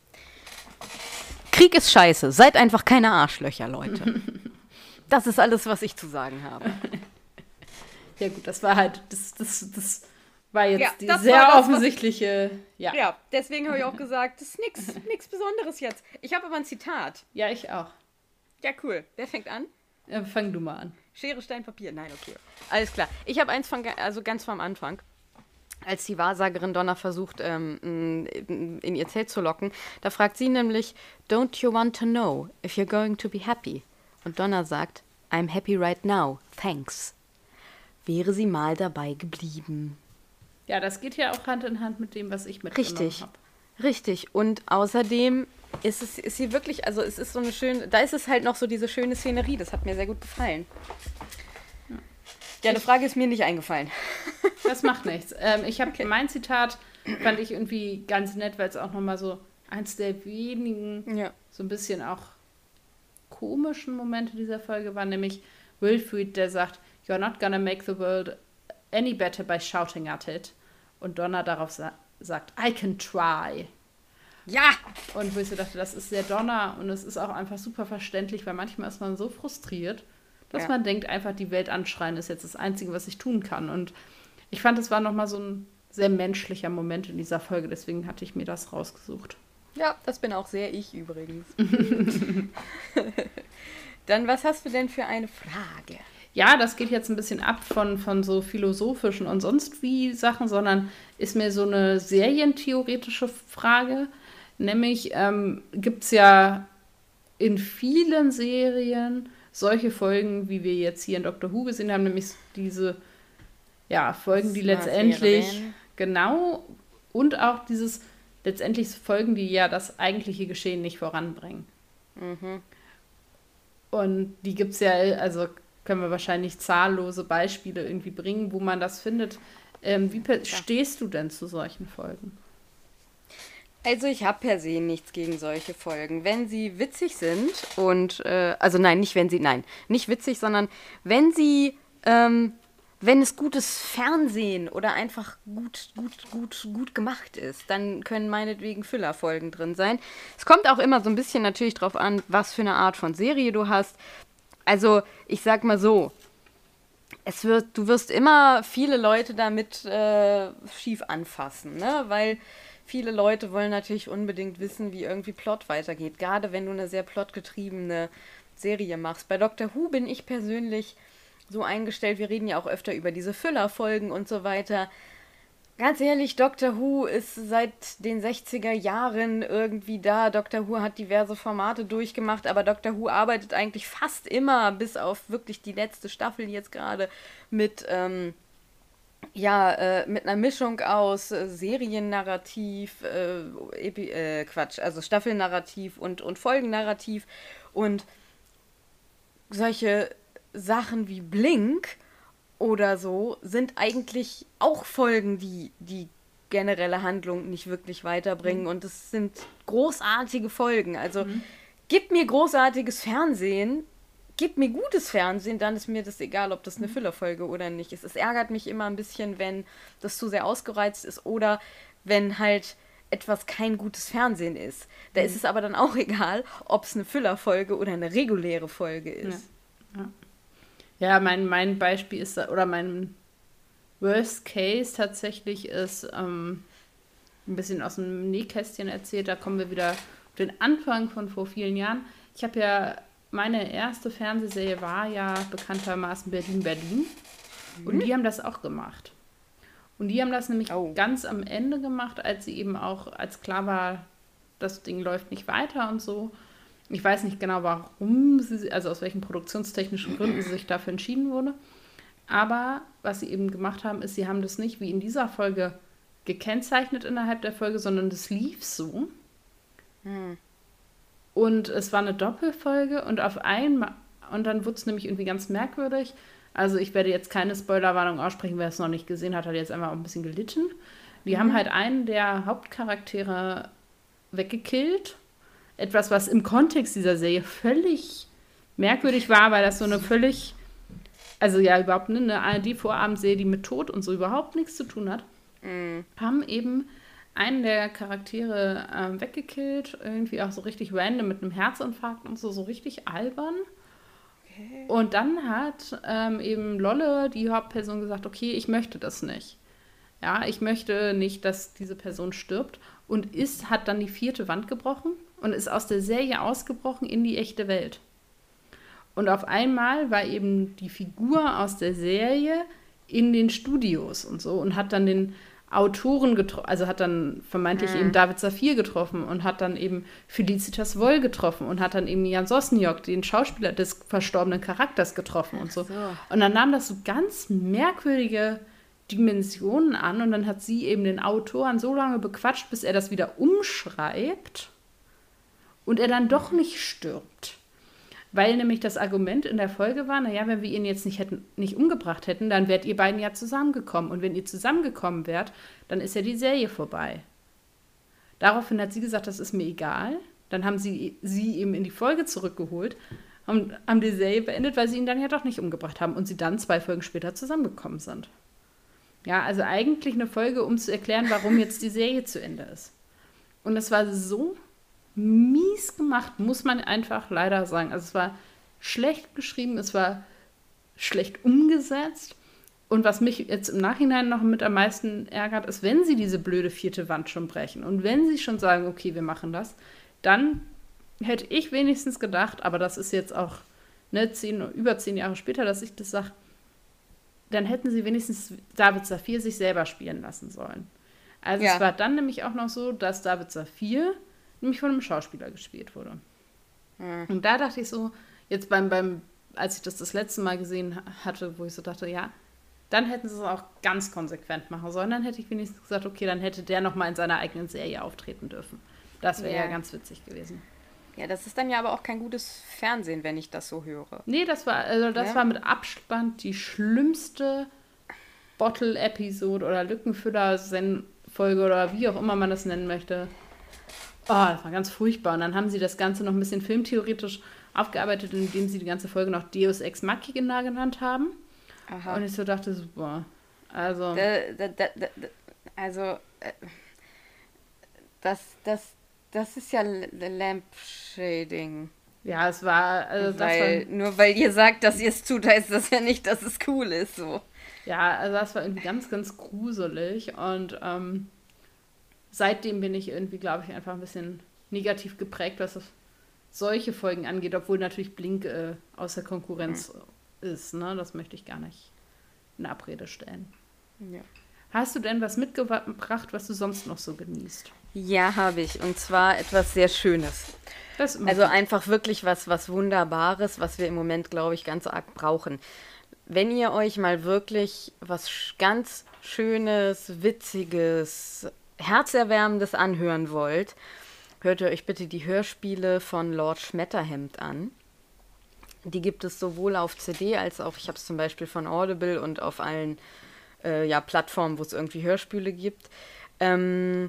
Krieg ist scheiße. Seid einfach keine Arschlöcher, Leute. Das ist alles, was ich zu sagen habe. Ja gut, das war halt, das, das, das war jetzt ja, die sehr das, offensichtliche, ja. Ja, deswegen habe ich auch gesagt, das ist nichts nix Besonderes jetzt. Ich habe aber ein Zitat. Ja, ich auch. Ja, cool. Wer fängt an? Ja, fang du mal an. Schere, Stein, Papier. Nein, okay. Alles klar. Ich habe eins von, also ganz vom Anfang. Als die Wahrsagerin Donna versucht, ähm, in ihr Zelt zu locken, da fragt sie nämlich, don't you want to know if you're going to be happy? Und Donna sagt, I'm happy right now, thanks. Wäre sie mal dabei geblieben. Ja, das geht ja auch Hand in Hand mit dem, was ich mitgenommen habe. Richtig, richtig. Und außerdem ist es ist sie wirklich, also es ist so eine schöne, da ist es halt noch so diese schöne Szenerie, das hat mir sehr gut gefallen. Ja, ja eine Frage ist mir nicht eingefallen. Das macht nichts. Ähm, ich habe okay. mein Zitat, fand ich irgendwie ganz nett, weil es auch nochmal so eins der wenigen, ja. so ein bisschen auch komischen Momente dieser Folge war, nämlich Wilfried, der sagt, you're not gonna make the world any better by shouting at it. Und Donna darauf sa- sagt, I can try. Ja! Und wo ich so dachte, das ist sehr Donna und es ist auch einfach super verständlich, weil manchmal ist man so frustriert, dass ja. man denkt, einfach die Welt anschreien ist jetzt das Einzige, was ich tun kann. Und ich fand, es war nochmal so ein sehr menschlicher Moment in dieser Folge, deswegen hatte ich mir das rausgesucht. Ja, das bin auch sehr ich übrigens. Dann, was hast du denn für eine Frage? Ja, das geht jetzt ein bisschen ab von, von so philosophischen und sonst wie Sachen, sondern ist mir so eine serientheoretische Frage. Nämlich ähm, gibt es ja in vielen Serien solche Folgen, wie wir jetzt hier in Doctor Who gesehen haben, nämlich diese ja, Folgen, die letztendlich genau und auch dieses letztendlich Folgen, die ja das eigentliche Geschehen nicht voranbringen. Mhm. Und die gibt es ja, also können wir wahrscheinlich zahllose Beispiele irgendwie bringen, wo man das findet. Ähm, wie per- stehst du denn zu solchen Folgen? Also ich habe per se nichts gegen solche Folgen. Wenn sie witzig sind und, äh, also nein, nicht wenn sie, nein, nicht witzig, sondern wenn sie, ähm, wenn es gutes Fernsehen oder einfach gut, gut, gut, gut gemacht ist, dann können meinetwegen Füllerfolgen drin sein. Es kommt auch immer so ein bisschen natürlich drauf an, was für eine Art von Serie du hast. Also ich sag mal so, es wird, du wirst immer viele Leute damit äh, schief anfassen, ne? Weil viele Leute wollen natürlich unbedingt wissen, wie irgendwie Plot weitergeht. Gerade wenn du eine sehr plotgetriebene Serie machst. Bei Doctor Who bin ich persönlich so eingestellt, wir reden ja auch öfter über diese Füllerfolgen und so weiter. Ganz ehrlich, Doctor Who ist seit den sechziger Jahren irgendwie da. Doctor Who hat diverse Formate durchgemacht, aber Doctor Who arbeitet eigentlich fast immer, bis auf wirklich die letzte Staffel jetzt gerade, mit, ähm, ja, äh, mit einer Mischung aus äh, Seriennarrativ, äh, Epi äh, Quatsch, also Staffelnarrativ und, und Folgennarrativ und solche Sachen wie Blink oder so sind eigentlich auch Folgen, die die generelle Handlung nicht wirklich weiterbringen. Mhm. Und es sind großartige Folgen. Also mhm. gib mir großartiges Fernsehen, gib mir gutes Fernsehen, dann ist mir das egal, ob das eine Füllerfolge oder nicht ist. Es ärgert mich immer ein bisschen, wenn das zu sehr ausgereizt ist oder wenn halt etwas kein gutes Fernsehen ist. Da mhm. ist es aber dann auch egal, ob es eine Füllerfolge oder eine reguläre Folge ist. Ja, ja. Ja, mein, mein Beispiel ist, oder mein Worst Case tatsächlich ist ähm, ein bisschen aus dem Nähkästchen erzählt. Da kommen wir wieder auf den Anfang von vor vielen Jahren. Ich habe ja, meine erste Fernsehserie war ja bekanntermaßen Berlin, Berlin. Mhm. Und die haben das auch gemacht. Und die haben das nämlich oh. ganz am Ende gemacht, als sie eben auch, als klar war, das Ding läuft nicht weiter und so. Ich weiß nicht genau, warum sie, also aus welchen produktionstechnischen Gründen sie sich dafür entschieden wurde. Aber was sie eben gemacht haben, ist, sie haben das nicht wie in dieser Folge gekennzeichnet innerhalb der Folge, sondern das lief so. Hm. Und es war eine Doppelfolge und auf einmal, und dann wurde es nämlich irgendwie ganz merkwürdig. Also ich werde jetzt keine Spoilerwarnung aussprechen, wer es noch nicht gesehen hat, hat jetzt einfach auch ein bisschen gelitten. Die mhm. haben halt einen der Hauptcharaktere weggekillt. Etwas, was im Kontext dieser Serie völlig merkwürdig war, weil das so eine völlig, also ja überhaupt ne, eine A R D-Vorabendserie, die mit Tod und so überhaupt nichts zu tun hat, mm. haben eben einen der Charaktere äh, weggekillt, irgendwie auch so richtig random mit einem Herzinfarkt und so, so richtig albern. Okay. Und dann hat ähm, eben Lolle, die Hauptperson, gesagt, okay, ich möchte das nicht. Ja, ich möchte nicht, dass diese Person stirbt. Und ist, hat dann die vierte Wand gebrochen und ist aus der Serie ausgebrochen in die echte Welt. Und auf einmal war eben die Figur aus der Serie in den Studios und so und hat dann den Autoren getroffen, also hat dann vermeintlich mhm. eben David Safir getroffen und hat dann eben Felicitas Woll getroffen und hat dann eben Jan Sosniok, den Schauspieler des verstorbenen Charakters, getroffen und so. so. Und dann nahm das so ganz merkwürdige Dimensionen an und dann hat sie eben den Autoren so lange bequatscht, bis er das wieder umschreibt und er dann doch nicht stirbt. Weil nämlich das Argument in der Folge war, naja, wenn wir ihn jetzt nicht, hätten, nicht umgebracht hätten, dann wärt ihr beiden ja zusammengekommen. Und wenn ihr zusammengekommen wärt, dann ist ja die Serie vorbei. Daraufhin hat sie gesagt, das ist mir egal. Dann haben sie sie eben in die Folge zurückgeholt und haben die Serie beendet, weil sie ihn dann ja doch nicht umgebracht haben und sie dann zwei Folgen später zusammengekommen sind. Ja, also eigentlich eine Folge, um zu erklären, warum jetzt die Serie zu Ende ist. Und es war so mies gemacht, muss man einfach leider sagen. Also es war schlecht geschrieben, es war schlecht umgesetzt Und was mich jetzt im Nachhinein noch mit am meisten ärgert, ist, wenn sie diese blöde vierte Wand schon brechen und wenn sie schon sagen, okay, wir machen das, dann hätte ich wenigstens gedacht, aber das ist jetzt auch ne, zehn, über zehn Jahre später, dass ich das sage, dann hätten sie wenigstens David Safir sich selber spielen lassen sollen. Also Ja. es war dann nämlich auch noch so, dass David Safir nämlich von einem Schauspieler gespielt wurde. Hm. Und da dachte ich so, jetzt beim, beim, als ich das das letzte Mal gesehen hatte, wo ich so dachte, ja, dann hätten sie es auch ganz konsequent machen sollen. Dann hätte ich wenigstens gesagt, okay, dann hätte der nochmal in seiner eigenen Serie auftreten dürfen. Das wäre ja. Ja. ganz witzig gewesen. Ja, das ist dann ja aber auch kein gutes Fernsehen, wenn ich das so höre. Nee, das war, also das Ja. war mit Abstand die schlimmste Bottle-Episode oder Lückenfüller-Folge oder wie auch immer man das nennen möchte. Oh, das war ganz furchtbar. Und dann haben sie das Ganze noch ein bisschen filmtheoretisch aufgearbeitet, indem sie die ganze Folge noch Deus Ex Machina genannt haben. Aha. Und ich so dachte, super. Also, Da, da, da, da, da- also, äh, das, das, das ist ja L- Lampshading. ja, es war, also das Weil, war, nur weil ihr sagt, dass ihr es tut, heißt das ja nicht, dass es cool ist. So. ja, also das war irgendwie ganz, ganz gruselig. Und ähm, seitdem bin ich irgendwie, glaube ich, einfach ein bisschen negativ geprägt, was das, solche Folgen angeht, obwohl natürlich Blink äh, außer Konkurrenz ist. Ne? Das möchte ich gar nicht in Abrede stellen. Ja. Hast du denn was mitgebracht, was du sonst noch so genießt? Ja, habe ich. Und zwar etwas sehr Schönes. Das ist immer Also gut. einfach wirklich was, was Wunderbares, was wir im Moment, glaube ich, ganz arg brauchen. Wenn ihr euch mal wirklich was sch- ganz Schönes, Witziges, Herzerwärmendes anhören wollt, hört ihr euch bitte die Hörspiele von Lord Schmetterhemd an. Die gibt es sowohl auf C D als auch, ich habe es zum Beispiel von Audible und auf allen äh, ja, Plattformen, wo es irgendwie Hörspiele gibt. Ähm,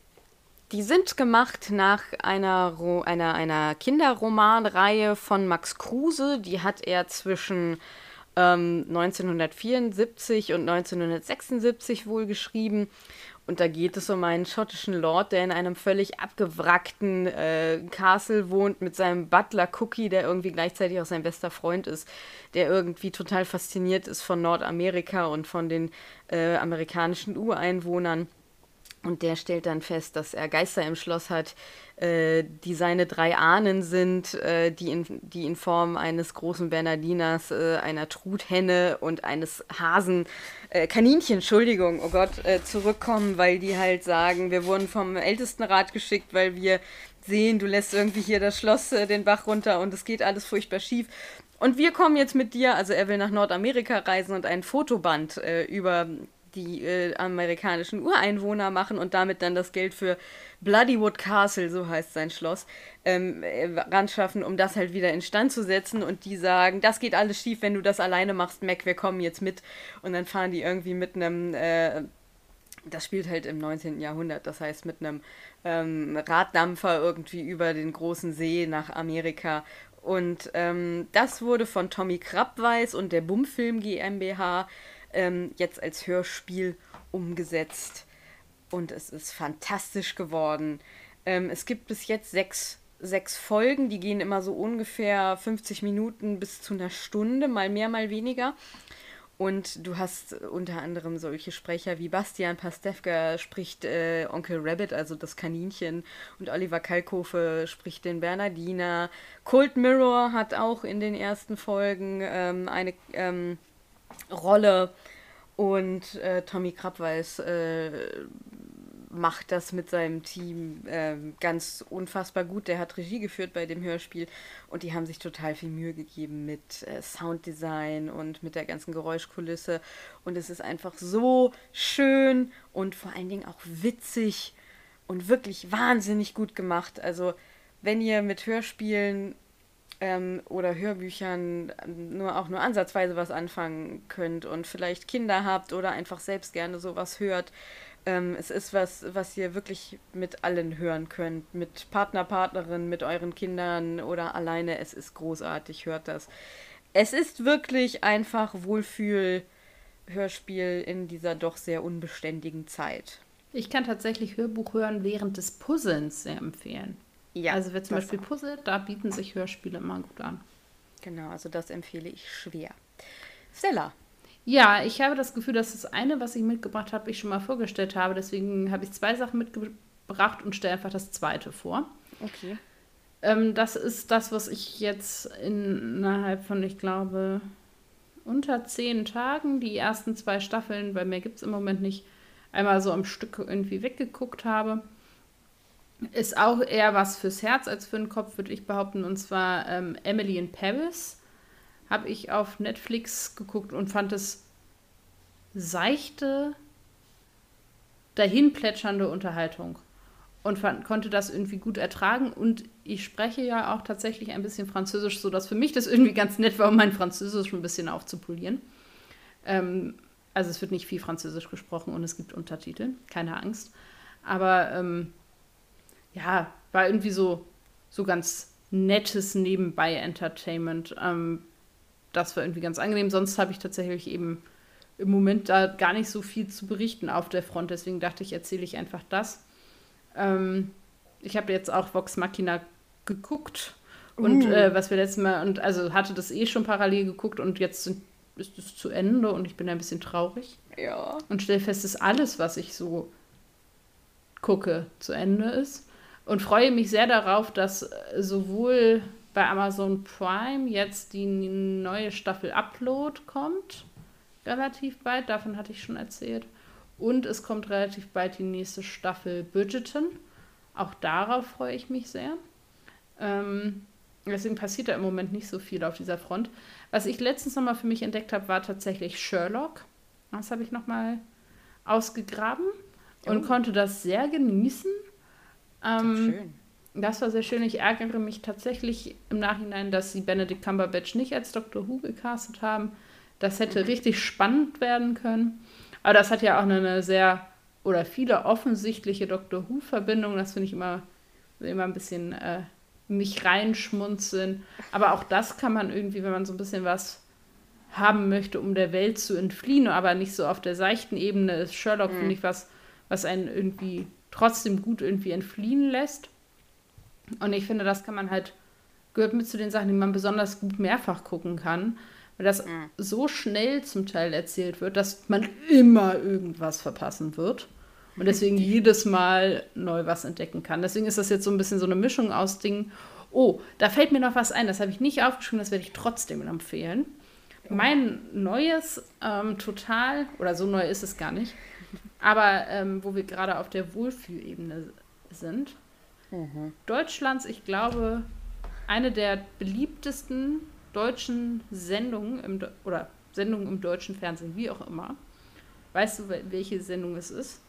die sind gemacht nach einer, Ro- einer, einer Kinderromanreihe von Max Kruse. Die hat er zwischen ähm, neunzehnhundertvierundsiebzig und neunzehnhundertsechsundsiebzig wohl geschrieben. Und da geht es um einen schottischen Lord, der in einem völlig abgewrackten äh, Castle wohnt mit seinem Butler Cookie, der irgendwie gleichzeitig auch sein bester Freund ist, der irgendwie total fasziniert ist von Nordamerika und von den äh, amerikanischen Ureinwohnern. Und der stellt dann fest, dass er Geister im Schloss hat, äh, die seine drei Ahnen sind, äh, die, in, die in Form eines großen Bernardiners, äh, einer Truthenne und eines Hasen, äh, Kaninchen, Entschuldigung, oh Gott, äh, zurückkommen, weil die halt sagen, wir wurden vom Ältestenrat geschickt, weil wir sehen, du lässt irgendwie hier das Schloss äh, den Bach runter und es geht alles furchtbar schief. Und wir kommen jetzt mit dir, also er will nach Nordamerika reisen und ein Fotoband äh, über die äh, amerikanischen Ureinwohner machen und damit dann das Geld für Bloodywood Castle, so heißt sein Schloss, ähm, äh, ranschaffen, um das halt wieder instand zu setzen. Und die sagen, das geht alles schief, wenn du das alleine machst, Mac, wir kommen jetzt mit. Und dann fahren die irgendwie mit einem, äh, das spielt halt im neunzehnten Jahrhundert, das heißt mit einem ähm, Raddampfer irgendwie über den großen See nach Amerika. Und ähm, das wurde von Tommy Krappweis und der Bumfilm GmbH ähm, jetzt als Hörspiel umgesetzt. Und es ist fantastisch geworden. Ähm, es gibt bis jetzt sechs, sechs Folgen, die gehen immer so ungefähr fünfzig Minuten bis zu einer Stunde, mal mehr, mal weniger. Und du hast unter anderem solche Sprecher wie Bastian Pastewka spricht äh, Onkel Rabbit, also das Kaninchen, und Oliver Kalkofe spricht den Bernardiner. Cold Mirror hat auch in den ersten Folgen ähm, eine ähm, Rolle und äh, Tommy Krappweis äh, macht das mit seinem Team äh, ganz unfassbar gut. Der hat Regie geführt bei dem Hörspiel und die haben sich total viel Mühe gegeben mit äh, Sounddesign und mit der ganzen Geräuschkulisse. Und es ist einfach so schön und vor allen Dingen auch witzig und wirklich wahnsinnig gut gemacht. Also wenn ihr mit Hörspielen ähm, oder Hörbüchern nur auch nur ansatzweise was anfangen könnt und vielleicht Kinder habt oder einfach selbst gerne sowas hört, Ähm, es ist was, was ihr wirklich mit allen hören könnt. Mit Partner, Partnerin, mit euren Kindern oder alleine. Es ist großartig, hört das. Es ist wirklich einfach Wohlfühl-Hörspiel in dieser doch sehr unbeständigen Zeit. Ich kann tatsächlich Hörbuch hören während des Puzzelns sehr empfehlen. Ja, also wer zum das- Beispiel puzzelt, da bieten sich Hörspiele immer gut an. Genau, also das empfehle ich schwer. Stella. Ja, ich habe das Gefühl, dass das eine, was ich mitgebracht habe, ich schon mal vorgestellt habe. Deswegen habe ich zwei Sachen mitgebracht und stelle einfach das zweite vor. Okay. Ähm, das ist das, was ich jetzt innerhalb von, ich glaube, unter zehn Tagen, die ersten zwei Staffeln, weil mehr gibt es im Moment nicht, einmal so am Stück irgendwie weggeguckt habe. Ist auch eher was fürs Herz als für den Kopf, würde ich behaupten. Und zwar ähm, Emily in Paris. Habe ich auf Netflix geguckt und fand es seichte, dahinplätschernde Unterhaltung. Und fand, konnte das irgendwie gut ertragen. Und ich spreche ja auch tatsächlich ein bisschen Französisch, sodass für mich das irgendwie ganz nett war, um mein Französisch ein bisschen aufzupolieren. Ähm, also es wird nicht viel Französisch gesprochen und es gibt Untertitel, keine Angst. Aber ähm, ja, war irgendwie so, so ganz nettes Nebenbei-Entertainment. Ähm, das war irgendwie ganz angenehm. Sonst habe ich tatsächlich eben im Moment da gar nicht so viel zu berichten auf der Front. Deswegen dachte ich, erzähle ich einfach das. Ähm, ich habe jetzt auch Vox Machina geguckt. Und Uh. äh, was wir letztes Mal, und also hatte das eh schon parallel geguckt und jetzt sind, ist es zu Ende und ich bin ein bisschen traurig. Ja. Und stelle fest, dass alles, was ich so gucke, zu Ende ist. Und freue mich sehr darauf, dass sowohl bei Amazon Prime jetzt die neue Staffel Upload kommt. Relativ bald, davon hatte ich schon erzählt. Und es kommt relativ bald die nächste Staffel Bridgerton. Auch darauf freue ich mich sehr. Ähm, deswegen passiert da im Moment nicht so viel auf dieser Front. Was ich letztens nochmal für mich entdeckt habe, war tatsächlich Sherlock. Das habe ich nochmal ausgegraben und oh. konnte das sehr genießen. Ähm, schön. Das war sehr schön. Ich ärgere mich tatsächlich im Nachhinein, dass sie Benedict Cumberbatch nicht als Doctor Who gecastet haben. Das hätte mhm. richtig spannend werden können. Aber das hat ja auch eine sehr, oder viele offensichtliche Doctor Who-Verbindungen. Das finde ich immer, immer ein bisschen äh, mich reinschmunzeln. Aber auch das kann man irgendwie, wenn man so ein bisschen was haben möchte, um der Welt zu entfliehen, aber nicht so auf der seichten Ebene ist Sherlock, mhm. finde ich, was, was einen irgendwie trotzdem gut irgendwie entfliehen lässt. Und ich finde, das kann man halt, gehört mit zu den Sachen, die man besonders gut mehrfach gucken kann, weil das mhm. so schnell zum Teil erzählt wird, dass man immer irgendwas verpassen wird und deswegen jedes Mal neu was entdecken kann. Deswegen ist das jetzt so ein bisschen so eine Mischung aus Dingen. Oh, da fällt mir noch was ein, das habe ich nicht aufgeschrieben, das werde ich trotzdem empfehlen. Mhm. Mein neues, ähm, total, oder so neu ist es gar nicht, aber ähm, wo wir gerade auf der Wohlfühlebene sind, Mhm. Deutschlands, ich glaube, eine der beliebtesten deutschen Sendungen im, oder Sendungen im deutschen Fernsehen, wie auch immer. Weißt du, welche Sendung es ist?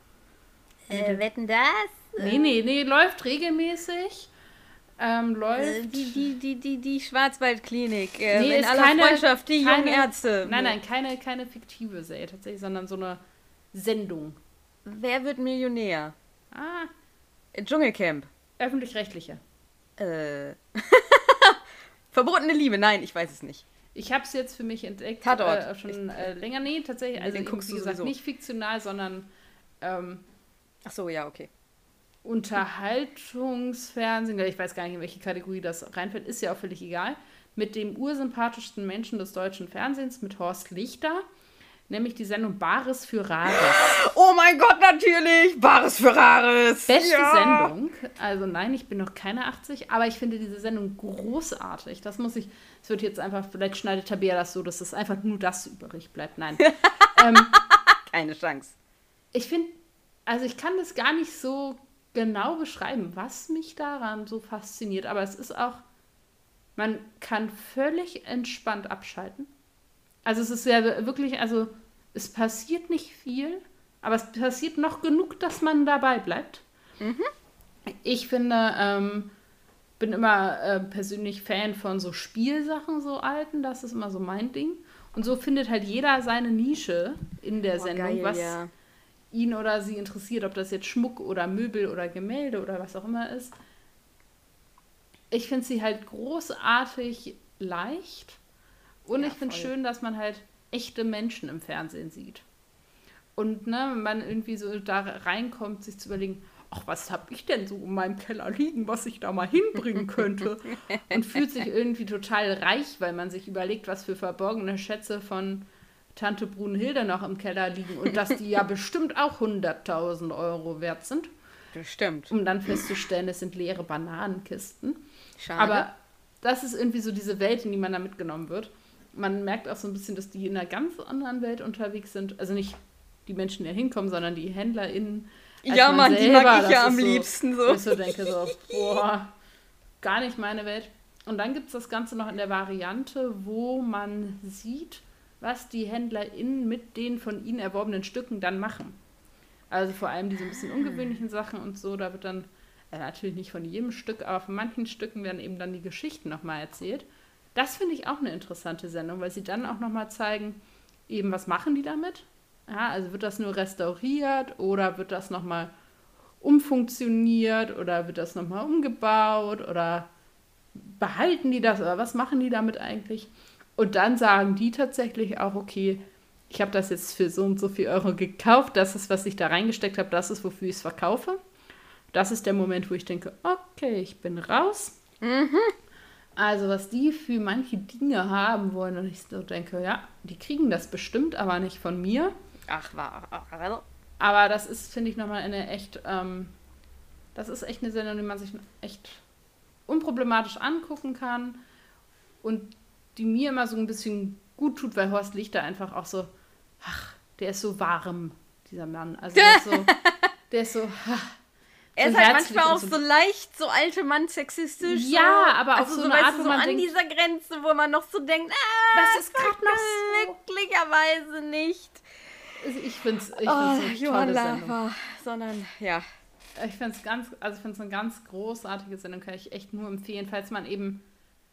Äh, wetten das? Nee, nee, nee, läuft regelmäßig. Ähm, läuft. Äh, die, die, die, die, die Schwarzwaldklinik. Äh, nee, in aller keine, Freundschaft, die keine, jungen Ärzte. Nein, nein, keine, keine fiktive Serie tatsächlich, sondern so eine Sendung. Wer wird Millionär? Ah. Dschungelcamp. Öffentlich-rechtliche. Äh. Verbotene Liebe, nein, ich weiß es nicht. Ich habe es jetzt für mich entdeckt. Tatort. Äh, schon äh, länger. Nee, tatsächlich. Also, den guckst wie du gesagt, sowieso. nicht fiktional, sondern ähm, ach so, ja, okay. Unterhaltungsfernsehen. Ich weiß gar nicht, in welche Kategorie das reinfällt. Ist ja auch völlig egal. Mit dem ursympathischsten Menschen des deutschen Fernsehens, mit Horst Lichter. Nämlich die Sendung Bares für Rares. Oh mein Gott, natürlich! Bares für Rares! Beste ja. Sendung. Also nein, ich bin noch keine achtzig, aber ich finde diese Sendung großartig. Das muss ich, es wird jetzt einfach, vielleicht schneidet Tabea das so, dass es einfach nur das übrig bleibt. Nein. ähm, keine Chance. Ich finde, also ich kann das gar nicht so genau beschreiben, was mich daran so fasziniert, aber es ist auch, man kann völlig entspannt abschalten. Also es ist ja wirklich, also es passiert nicht viel, aber es passiert noch genug, dass man dabei bleibt. Mhm. Ich finde, ähm, bin immer äh, persönlich Fan von so Spielsachen, so alten, das ist immer so mein Ding. Und so findet halt jeder seine Nische in der oh, Sendung, geil, was ja. ihn oder sie interessiert, ob das jetzt Schmuck oder Möbel oder Gemälde oder was auch immer ist. Ich finde sie halt großartig leicht. Und ja, ich finde es schön, dass man halt echte Menschen im Fernsehen sieht. Und ne, man irgendwie so da reinkommt, sich zu überlegen, ach, was habe ich denn so in meinem Keller liegen, was ich da mal hinbringen könnte? Und fühlt sich irgendwie total reich, weil man sich überlegt, was für verborgene Schätze von Tante Brunhilde noch im Keller liegen und dass die ja bestimmt auch hunderttausend Euro wert sind. Bestimmt. Um dann festzustellen, es sind leere Bananenkisten. Schade. Aber das ist irgendwie so diese Welt, in die man da mitgenommen wird. Man merkt auch so ein bisschen, dass die in einer ganz anderen Welt unterwegs sind. Also nicht die Menschen, die da hinkommen, sondern die HändlerInnen. Ja, man Mann, selber. die mag ich ja Das am ist so, liebsten so. wo ich so denke, so, boah, gar nicht meine Welt. Und dann gibt es das Ganze noch in der Variante, wo man sieht, was die HändlerInnen mit den von ihnen erworbenen Stücken dann machen. Also vor allem diese ein bisschen ungewöhnlichen Sachen und so, da wird dann, äh, natürlich nicht von jedem Stück, aber von manchen Stücken werden eben dann die Geschichten nochmal erzählt. Das finde ich auch eine interessante Sendung, weil sie dann auch nochmal zeigen, eben was machen die damit? Ja, also wird das nur restauriert oder wird das nochmal umfunktioniert oder wird das nochmal umgebaut oder behalten die das oder was machen die damit eigentlich? Und dann sagen die tatsächlich auch, okay, ich habe das jetzt für so und so viel Euro gekauft, das ist, was ich da reingesteckt habe, das ist, wofür ich es verkaufe. Das ist der Moment, wo ich denke, okay, ich bin raus. Mhm. Also was die für manche Dinge haben wollen und ich so denke, ja, die kriegen das bestimmt, aber nicht von mir. Ach, war. Aber das ist, finde ich, nochmal eine echt, ähm, das ist echt eine Sendung, die man sich echt unproblematisch angucken kann und die mir immer so ein bisschen gut tut, weil Horst Lichter einfach auch so, ach, der ist so warm, dieser Mann. Also der ist so, der ist so, ach, er ist so halt herzlich manchmal auch und so leicht, so alte Mann sexistisch. Ja, so. aber auch also so so, eine Art, weißt du, wo so man an denkt, dieser Grenze, wo man noch so denkt, ah, das ist gerade noch so. glücklicherweise nicht. Ich finde es ich Oh, eine Johann tolle Sendung. Lafer, sondern, ja. Ich finde es ganz, also ich finde es eine ganz großartige Sendung, kann ich echt nur empfehlen, falls man eben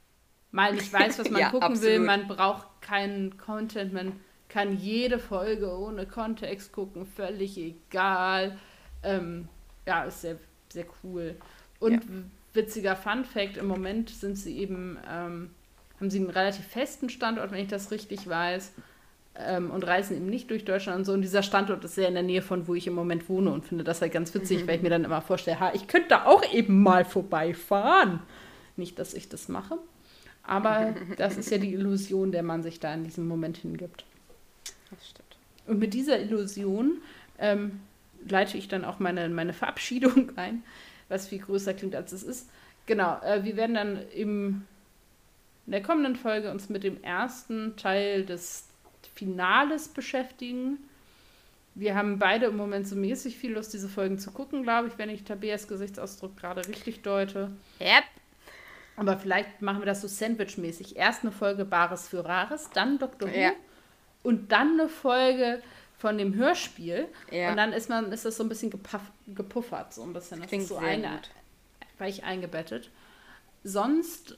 mal nicht weiß, was man Ja, gucken absolut. will. Man braucht keinen Content, man kann jede Folge ohne Kontext gucken, völlig egal. Ähm, ja, ist sehr, sehr cool. Und Ja. witziger Fun-Fact, im Moment sind sie eben, ähm, haben sie einen relativ festen Standort, wenn ich das richtig weiß, ähm, und reisen eben nicht durch Deutschland und so. Und dieser Standort ist sehr in der Nähe von, wo ich im Moment wohne und finde das halt ganz witzig, mhm. weil ich mir dann immer vorstelle, ha, ich könnte da auch eben mal vorbeifahren. Nicht, dass ich das mache, aber das ist ja die Illusion, der man sich da in diesem Moment hingibt. Das stimmt. Und mit dieser Illusion ähm, leite ich dann auch meine, meine Verabschiedung ein, was viel größer klingt, als es ist. Genau, äh, wir werden dann im, in der kommenden Folge uns mit dem ersten Teil des Finales beschäftigen. Wir haben beide im Moment so mäßig viel Lust, diese Folgen zu gucken, glaube ich, wenn ich Tabeas Gesichtsausdruck gerade richtig deute. Yep. Aber vielleicht machen wir das so sandwichmäßig. Erst eine Folge Bares für Rares, dann Doktor Who Ja. und dann eine Folge von dem Hörspiel. Ja. Und dann ist man ist das so ein bisschen gepuff, gepuffert, so ein bisschen. Das Klingt ist so sehr eine, gut. weich eingebettet. Sonst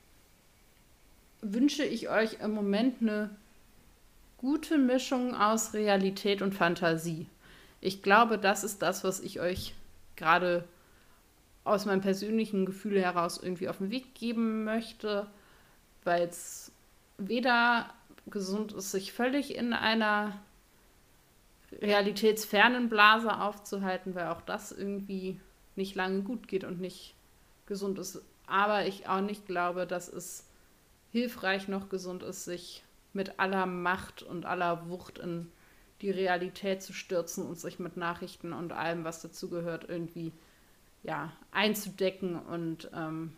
wünsche ich euch im Moment eine gute Mischung aus Realität und Fantasie. Ich glaube, das ist das, was ich euch gerade aus meinem persönlichen Gefühl heraus irgendwie auf den Weg geben möchte, weil es weder gesund ist, sich völlig in einer realitätsfernen Blase aufzuhalten, weil auch das irgendwie nicht lange gut geht und nicht gesund ist. Aber ich auch nicht glaube, dass es hilfreich noch gesund ist, sich mit aller Macht und aller Wucht in die Realität zu stürzen und sich mit Nachrichten und allem, was dazugehört, irgendwie ja, einzudecken und ähm,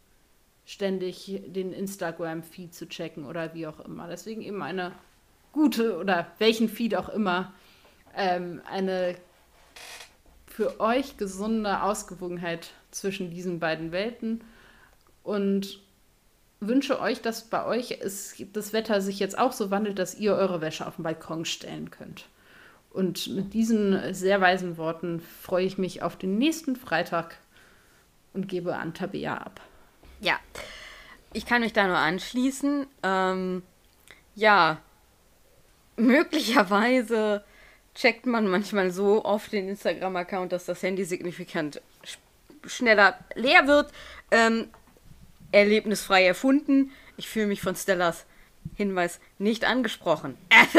ständig den Instagram-Feed zu checken oder wie auch immer. Deswegen eben eine gute oder welchen Feed auch immer, ähm, eine für euch gesunde Ausgewogenheit zwischen diesen beiden Welten und wünsche euch, dass bei euch ist, das Wetter sich jetzt auch so wandelt, dass ihr eure Wäsche auf den Balkon stellen könnt. Und mit diesen sehr weisen Worten freue ich mich auf den nächsten Freitag und gebe an Tabea ab. Ja, ich kann mich da nur anschließen. Ähm, ja, möglicherweise checkt man manchmal so oft den Instagram-Account, dass das Handy signifikant sch- schneller leer wird. Ähm, erlebnisfrei erfunden. Ich fühle mich von Stellas Hinweis nicht angesprochen.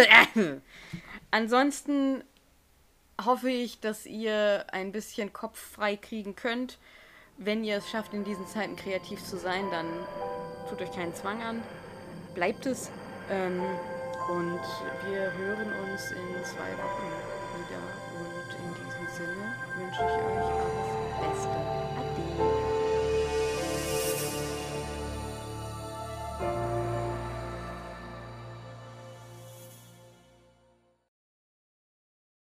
Ansonsten hoffe ich, dass ihr ein bisschen Kopf frei kriegen könnt. Wenn ihr es schafft, in diesen Zeiten kreativ zu sein, dann tut euch keinen Zwang an. Bleibt es. Ähm, Und wir hören uns in zwei Wochen wieder. Und in diesem Sinne wünsche ich